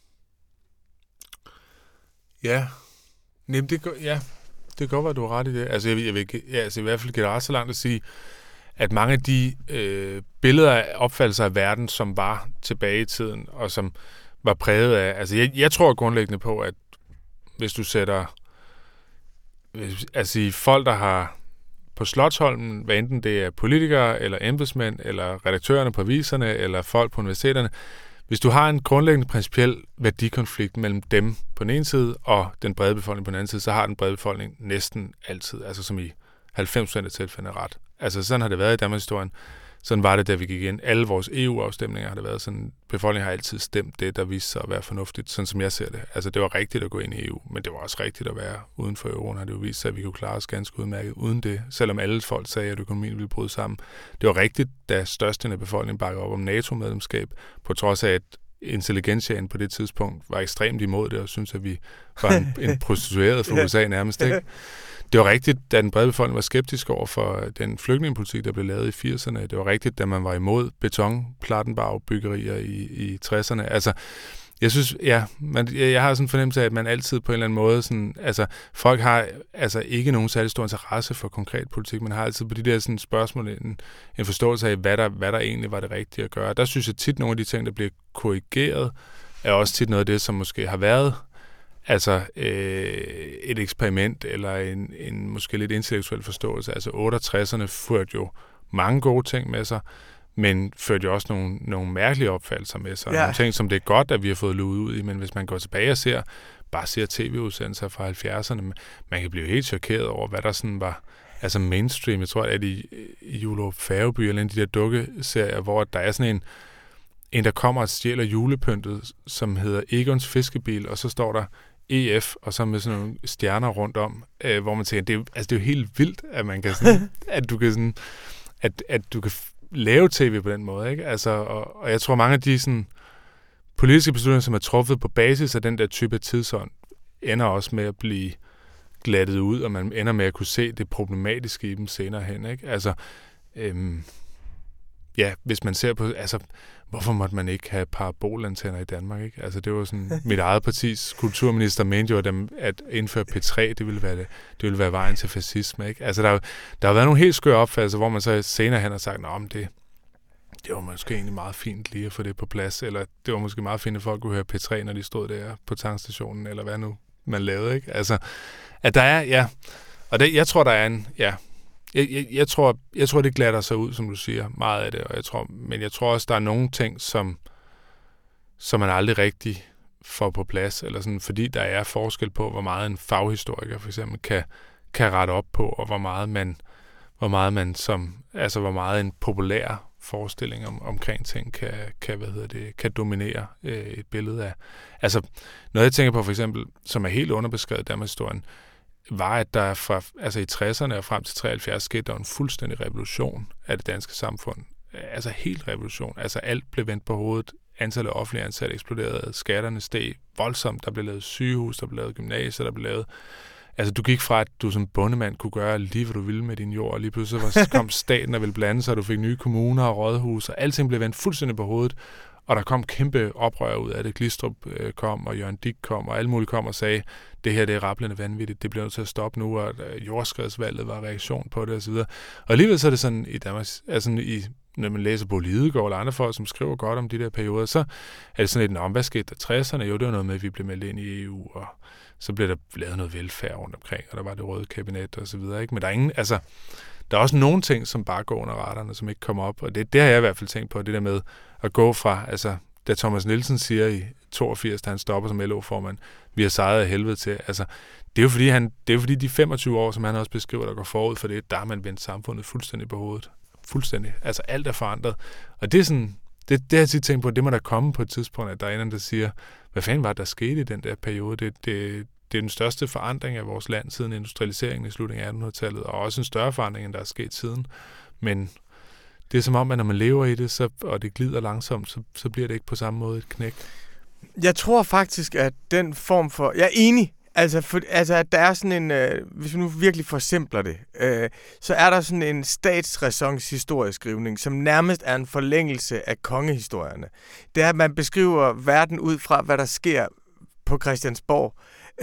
Ja. Jamen, det kan godt være, du har ret i det. Altså, jeg vil i hvert fald give det ret så langt at sige, at mange af de billeder af opfattelser af verden, som var tilbage i tiden, og som var præget af... Altså, jeg tror grundlæggende på, at hvis du sætter... Altså, folk, der har på Slotsholmen, hvad enten det er politikere, eller embedsmænd, eller redaktørerne på aviserne, eller folk på universiteterne, hvis du har en grundlæggende principiel værdikonflikt mellem dem på den ene side, og den brede befolkning på den anden side, så har den brede befolkning næsten altid, altså som i 90% af tilfældene ret. Altså sådan har det været i Danmarks historien. Sådan var det, da vi gik ind. Alle vores EU-afstemninger har det været sådan, befolkningen har altid stemt det, der viste sig at være fornuftigt, sådan som jeg ser det. Altså det var rigtigt at gå ind i EU, men det var også rigtigt at være uden for euroen, har det jo vist sig, at vi kunne klare os ganske udmærket uden det, selvom alle folk sagde, at økonomien ville bryde sammen. Det var rigtigt, da størstedelen af befolkningen bakkede op om NATO-medlemskab, på trods af, at intelligentiaen på det tidspunkt var ekstremt imod det, og synes at vi var en prostitueret for USA nærmest, ikke? Det var rigtigt, da den brede befolkning var skeptisk over for den flygtningepolitik, der blev lavet i 80'erne. Det var rigtigt, da man var imod betonplattenbagbyggerier i 60'erne. Altså, Jeg synes, jeg har sådan en fornemmelse af, at man altid på en eller anden måde, sådan, altså folk har altså ikke nogen særlig stor interesse for konkret politik, man har altid på de der sådan, spørgsmål en forståelse af, hvad der egentlig var det rigtige at gøre. Der synes jeg tit, nogle af de ting, der bliver korrigeret, er også tit noget af det, som måske har været altså et eksperiment, eller en måske lidt intellektuel forståelse. Altså 68'erne førte jo mange gode ting med sig, men førte jo også nogle mærkelige opfattelser med sig. Nogle ting, som det er godt, at vi har fået luet ud i, men hvis man går tilbage og ser tv-udsendelser fra 70'erne, man kan blive helt chokeret over, hvad der sådan var altså mainstream. Jeg tror, at i Julerup Færgeby, eller en af de der dukkeserier, hvor der er sådan en, der kommer og stjæler julepyntet, som hedder Egons Fiskebil, og så står der EF, og så med sådan nogle stjerner rundt om, hvor man tænker, det er jo helt vildt, at man kan sådan, at du kan lave tv på den måde, ikke? Altså, og jeg tror, mange af de sådan, politiske beslutninger, som er truffet på basis af den der type tidsånd, ender også med at blive glattet ud, og man ender med at kunne se det problematiske i dem senere hen, ikke? Altså, hvis man ser på, altså, hvorfor måtte man ikke have parabolantenner i Danmark, ikke? Altså, det var sådan, mit eget partis kulturminister mente jo, at indføre P3, det ville være vejen til fascisme, ikke? Altså, der har været nogle helt skøre opfattelser, hvor man så senere hen har sagt, det var måske egentlig meget fint lige at få det på plads, eller det var måske meget fint, at folk kunne høre P3, når de stod der på tankstationen, eller hvad nu man lavede, ikke? Altså, at der er, og det, jeg tror, der er en, jeg tror, det glatter sig ud, som du siger, meget af det, men jeg tror også, der er nogle ting, som man aldrig rigtig får på plads, eller sådan, fordi der er forskel på, hvor meget en faghistoriker for eksempel kan rette op på, og hvor meget en populær forestilling omkring ting kan dominere et billede af. Altså, noget jeg tænker på for eksempel, som er helt underbeskrevet i Danmarkshistorien, var, at der i 60'erne og frem til 73 skete der en fuldstændig revolution af det danske samfund. Altså helt revolution. Altså alt blev vendt på hovedet. Antallet af offentlige ansatte eksploderede. Skatterne steg voldsomt. Der blev lavet sygehus, der blev lavet gymnasier, der blev lavet... Altså du gik fra, at du som bondemand kunne gøre lige, hvad du ville med din jord, og lige pludselig kom staten og ville blande sig, og du fik nye kommuner og rådhus, og alting blev vendt fuldstændig på hovedet. Og der kom kæmpe oprør ud af det. Glistrup kom, og Jørgen Dik kom, og alle mulige kom og sagde, det her det er rablende vanvittigt, det bliver nødt til at stoppe nu, og jordskredsvalget var reaktion på det, osv. Og alligevel så er det sådan i Danmark, altså når man læser på Lidegaard eller andre folk, som skriver godt om de der perioder, så er det sådan lidt, hvad skete der 60'erne? Jo, det var noget med, at vi blev meldt ind i EU, og så blev der lavet noget velfærd rundt omkring, og der var det røde kabinet og så videre, ikke? Men der er ingen, altså, der er også nogle ting, som bare går under raderne, som ikke kommer op, og det har jeg i hvert fald tænkt på, det der med at gå fra, altså, da Thomas Nielsen siger i 82, da han stopper som LO-formand, vi har sejret af helvede til, altså, det er jo fordi de 25 år, som han også beskriver, der går forud for det, der har man vendt samfundet fuldstændig på hovedet. Fuldstændig. Altså, alt er forandret. Og det er sådan, det har jeg tit tænkt på, det må der komme på et tidspunkt, at der er en, der siger, hvad fanden var der skete i den der periode? Det er den største forandring af vores land siden industrialiseringen i slutningen af 1800-tallet, og også en større forandring, end der er sket siden. Men det er som om, at når man lever i det, og det glider langsomt, så bliver det ikke på samme måde et knæk. Jeg tror faktisk, at den form for... Jeg er enig. Altså, at der er sådan en... hvis vi nu virkelig forsimpler det, så er der sådan en statsræsons historieskrivning, som nærmest er en forlængelse af kongehistorierne. Det er, at man beskriver verden ud fra, hvad der sker på Christiansborg,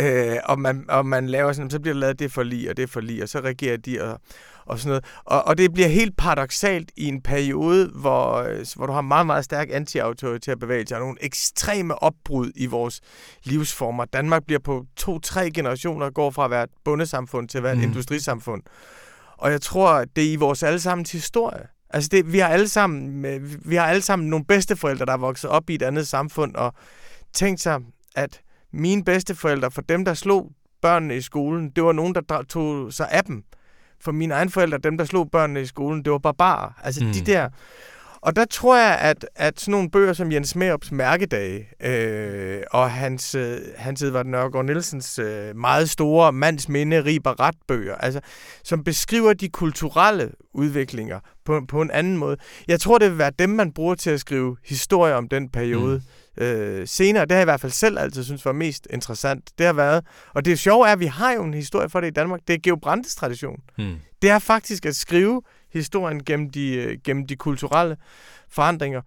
og man laver sådan, så bliver der lavet det forlig, og det forlig, og så reagerer de, og sådan noget. Og det bliver helt paradoksalt i en periode, hvor du har meget, meget stærk anti-autoritær bevægelse, og nogle ekstreme opbrud i vores livsformer. Danmark bliver på 2-3 generationer, går fra at være et bondesamfund til at være et industrisamfund. Og jeg tror, det er i vores allesammens historie. Altså, vi har alle sammen nogle bedsteforældre, der er vokset op i et andet samfund, og tænkt sig, at mine bedsteforældre, for dem, der slog børnene i skolen, det var nogen, der tog sig af dem. For mine egne forældre, dem, der slog børnene i skolen, det var barbarer. Altså de der. Og der tror jeg, at sådan nogle bøger som Jens Merups Mærkedage, og hans Edvard Nørgaard Nielsens meget store Mands Minde, Rib og Ret bøger, altså, som beskriver de kulturelle udviklinger på en anden måde. Jeg tror, det vil være dem, man bruger til at skrive historier om den periode. Senere, det har jeg i hvert fald selv altid synes var mest interessant. Det har været, og det sjove er, at vi har jo en historie for det i Danmark. Det er Georg Brandes tradition. Det er faktisk at skrive historien gennem de kulturelle forandringer.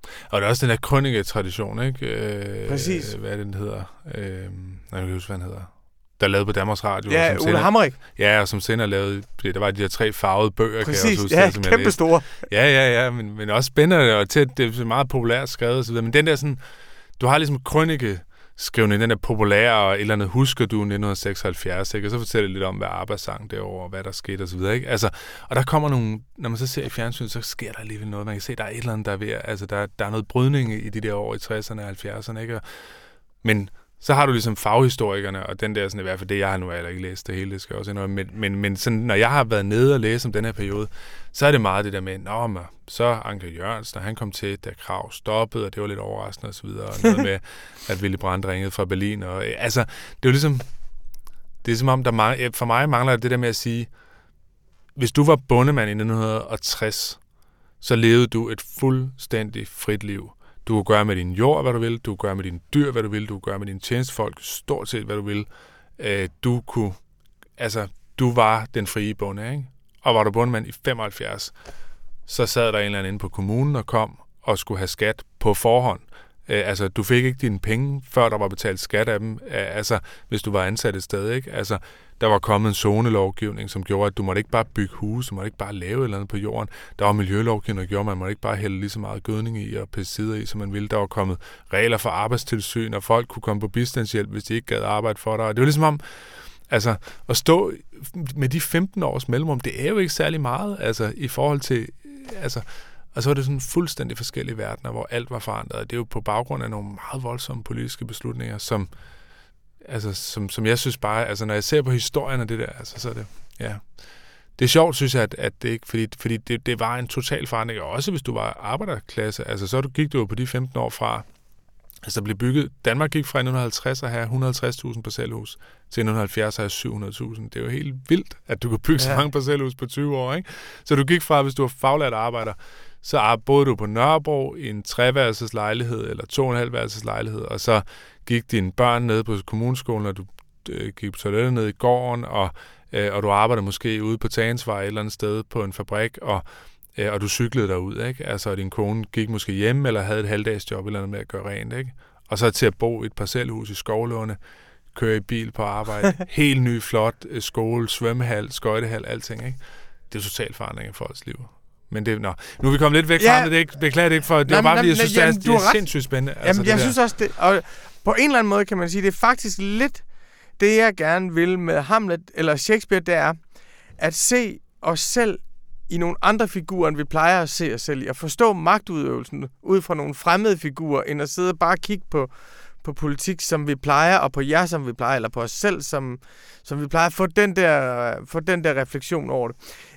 Og der er også den der krønike-tradition, ikke? Præcis. Hvad er det, den hedder? Jeg kan huske, hvad den hedder. Der lavede på Danmarks Radio. Ja, Ole Hammerik. Ja, og som senere lavede, der var de her 3 farvede bøger, præcis. Kan jeg også huske. Ja, som kæmpe store. Ja, men også spændende, og til, det er meget populært skrevet og så videre. Men den der sådan, du har ligesom krønike skrivende, den der populære, og et eller andet, husker du 1976, ikke? Og så fortæller lidt om, hvad arbejdssang derovre, og hvad der skete og så videre, ikke? Altså, og der kommer nogle, når man så ser i fjernsynet, så sker der alligevel noget. Man kan se, der er et eller andet, der er ved, altså der er noget brydning i de der år i 60'erne og 70'erne, ikke? Men så har du ligesom faghistorikerne, og den der, sådan, i hvert fald det, jeg har nu heller ikke læst det hele, det skal jeg også indrømme, men sådan, når jeg har været nede og læse om den her periode, så er det meget det der med, så Anker Jørgensen, han kom til, da Krag stoppede, og det var lidt overraskende og så videre, og noget med, at Willy Brandt ringede fra Berlin, og altså, det er jo ligesom, det er som om, for mig mangler det der med at sige, hvis du var bondemand i 1960, så levede du et fuldstændig frit liv. Du kunne gøre med din jord, hvad du vil. Du kunne gøre med dine dyr, hvad du vil. Du kunne gøre med dine tjenestefolk, stort set, hvad du vil. Du var den frie bonde, ikke? Og var du bondemand i 75, så sad der en eller anden inde på kommunen og kom og skulle have skat på forhånd. Du fik ikke dine penge, før der var betalt skat af dem, hvis du var ansat et sted, ikke? Altså, der var kommet en zonelovgivning, som gjorde, at du måtte ikke bare bygge huse, du måtte ikke bare lave et eller andet på jorden. Der var miljølovgivning, der gjorde, at man måtte ikke bare hælde lige så meget gødning i og pesticider i, som man ville. Der var kommet regler for arbejdstilsyn, og folk kunne komme på bistandshjælp, hvis de ikke gad arbejde for dig. Og det var ligesom om, at stå med de 15 års mellemrum, det er jo ikke særlig meget, i forhold til, og så var det sådan fuldstændig forskellige verdener, hvor alt var forandret. Det er jo på baggrund af nogle meget voldsomme politiske beslutninger, som jeg synes bare, når jeg ser på historien af det der, så er det, ja. Det er sjovt, synes jeg, at det ikke, fordi det var en total forandring, og også hvis du var arbejderklasse, så gik du jo på de 15 år fra, der blev bygget, Danmark gik fra 1950 at have 150.000 parcelhus, til 1970 at have 700.000. Det er jo helt vildt, at du kunne bygge så mange parcelhus på 20 år, ikke? Så du gik fra, hvis du var faglært arbejder, så boede du på Nørrebro i en 3-værelses lejlighed, eller 2,5-værelses lejlighed, og så gik dine børn ned på kommuneskolen, og du gik på toilettet ned i gården, og du arbejdede måske ude på Tagensvej et eller andet sted på en fabrik, og du cyklede derud, ikke? Og din kone gik måske hjem, eller havde et halvdagsjob eller andet med at gøre rent, ikke? Og så til at bo i et parcelhus i Skovlunde, køre i bil på arbejde, helt ny, flot skole, svømmehal, skøjtehal, alting, ikke? Det er totalt forandring af folks liv. Men det, nu er vi kommet lidt væk fra det, beklager det ikke for, det var bare fordi, jeg synes, det er sindssygt spændende. Jamen, jeg synes også, og på en eller anden måde kan man sige, det er faktisk lidt det, jeg gerne vil med Hamlet eller Shakespeare, det er at se os selv i nogle andre figurer, end vi plejer at se os selv i, at forstå magtudøvelsen ud fra nogle fremmede figurer, end at sidde og bare kigge på politik, som vi plejer, og på jer, som vi plejer, eller på os selv, som vi plejer, at få den der refleksion over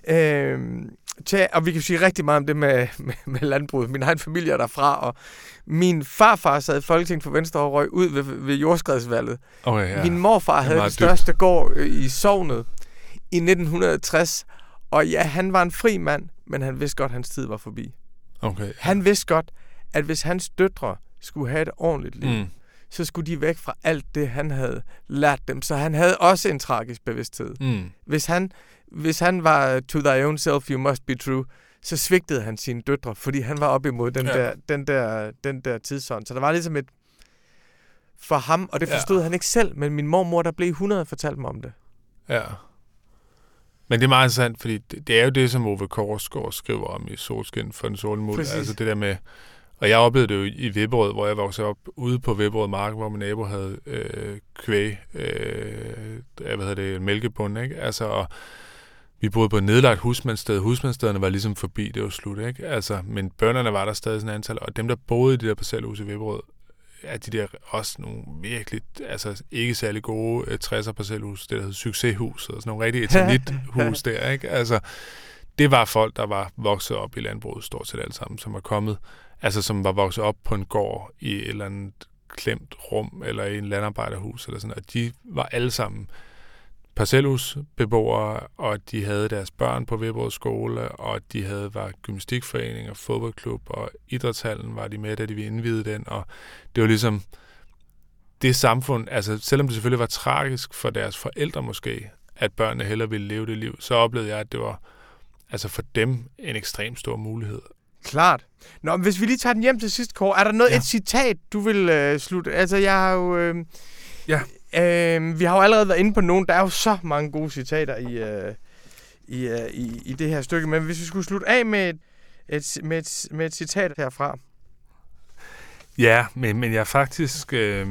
det. Og vi kan sige rigtig meget om det med landbruget. Min egen familie er derfra, og min farfar sad i Folketinget for Venstre og røg ud ved jordskredsvalget. Okay, ja. Min morfar havde den største gård i sognet i 1960, og ja, han var en fri mand, men han vidste godt, at hans tid var forbi. Okay, ja. Han vidste godt, at hvis hans døtre skulle have et ordentligt liv, så skulle de væk fra alt det, han havde lært dem. Så han havde også en tragisk bevidsthed. Hvis han var to thy own self, you must be true, så svigtede han sine døtre, fordi han var op imod den der tidsånd. Så der var ligesom et for ham, og det forstod han ikke selv, men min mormor, der blev 100, fortalte mig om det. Ja. Men det er meget interessant, fordi det er jo det, som Ove Korsgaard skriver om i Solskin for den sorte muld. Altså det der med, og jeg oplevede det jo i Vipperød, hvor jeg voksede op ude på Vipperød Mark, hvor min nabo havde kvæg, mælkebund, ikke? Altså, og vi boede på et nedlagt husmandssted. Husmandsstederne var ligesom forbi, det var slut, ikke? Altså, men bønderne var der stadig sådan et antal, og dem, der boede i de der parcelhus i Vipperød, er de der også nogle virkelig, ikke særlig gode 60'er parcelhus, det der hed Succeshuset, og sådan nogle rigtig etanithus der, ikke? Altså, det var folk, der var vokset op i landbruget stort set alle sammen, som var kommet, som var vokset op på en gård i et eller andet klemt rum, eller i en landarbejderhus, eller sådan, og de var alle sammen parcelhusbeboere, og de havde deres børn på Vipperød skole, og de var gymnastikforening og fodboldklub, og idrætshallen var de med, da de ville indvide den, og det var ligesom det samfund, selvom det selvfølgelig var tragisk for deres forældre måske, at børnene hellere ville leve det liv, så oplevede jeg, at det var for dem en ekstremt stor mulighed. Klart. Nå, men hvis vi lige tager den hjem til sidst, Kåre, er der noget, et citat, du vil slutte? Altså, jeg har jo... vi har jo allerede været inde på nogen. Der er jo så mange gode citater i det her stykke. Men hvis vi skulle slutte af med et citat herfra. Ja, men jeg er faktisk... jeg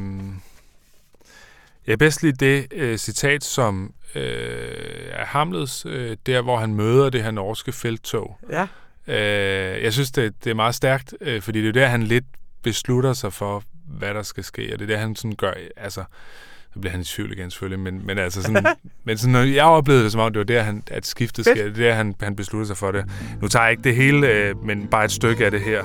er bedst lige det citat, som er Hamlets, der hvor han møder det her norske felttog. Ja. Jeg synes, det er meget stærkt, fordi det er der, han lidt beslutter sig for, hvad der skal ske, og det er der, han sådan gør, altså, så bliver han i tvivl igen selvfølgelig, men altså sådan, men sådan, når jeg oplevede det, som om det var der, at skiftet sker, det er der, han beslutter sig for det. Nu tager jeg ikke det hele, men bare et stykke af det her.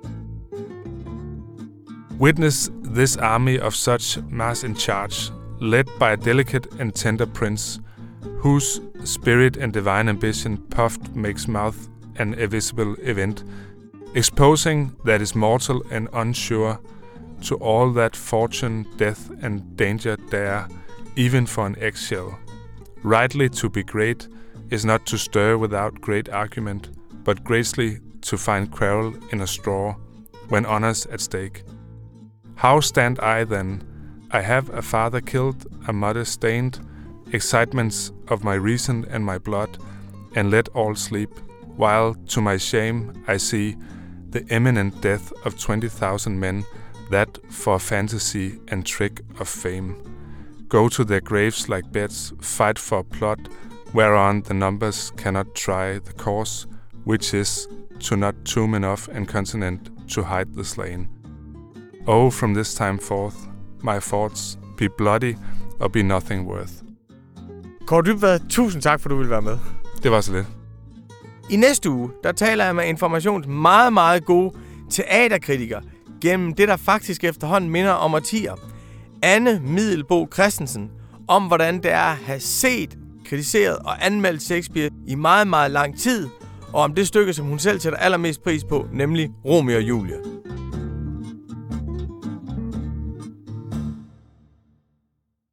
Witness this army of such mass in charge, led by a delicate and tender prince, whose spirit and divine ambition puffed makes mouth an invisible event, exposing that is mortal and unsure to all that fortune, death, and danger dare, even for an eggshell. Rightly to be great is not to stir without great argument, but gracefully to find quarrel in a straw, when honor's at stake. How stand I then? I have a father killed, a mother stained, excitements of my reason and my blood, and let all sleep, while to my shame I see the imminent death of 20,000 men, that for fantasy and trick of fame go to their graves like beds, fight for a plot, whereon the numbers cannot try the course, which is to not tomb enough and continent to hide the slain. Oh, from this time forth, my thoughts be bloody or be nothing worth. Kåre Dybvad, tusind tak, for du ville være med. Det var så lidt. I næste uge, der taler jeg med Informations meget, meget gode teaterkritiker gennem det, der faktisk efterhånden minder om årtier. Anne Middelbo Christensen, om hvordan det er at have set, kritiseret og anmeldt Shakespeare i meget, meget lang tid, og om det stykke, som hun selv sætter allermest pris på, nemlig Romeo og Julie.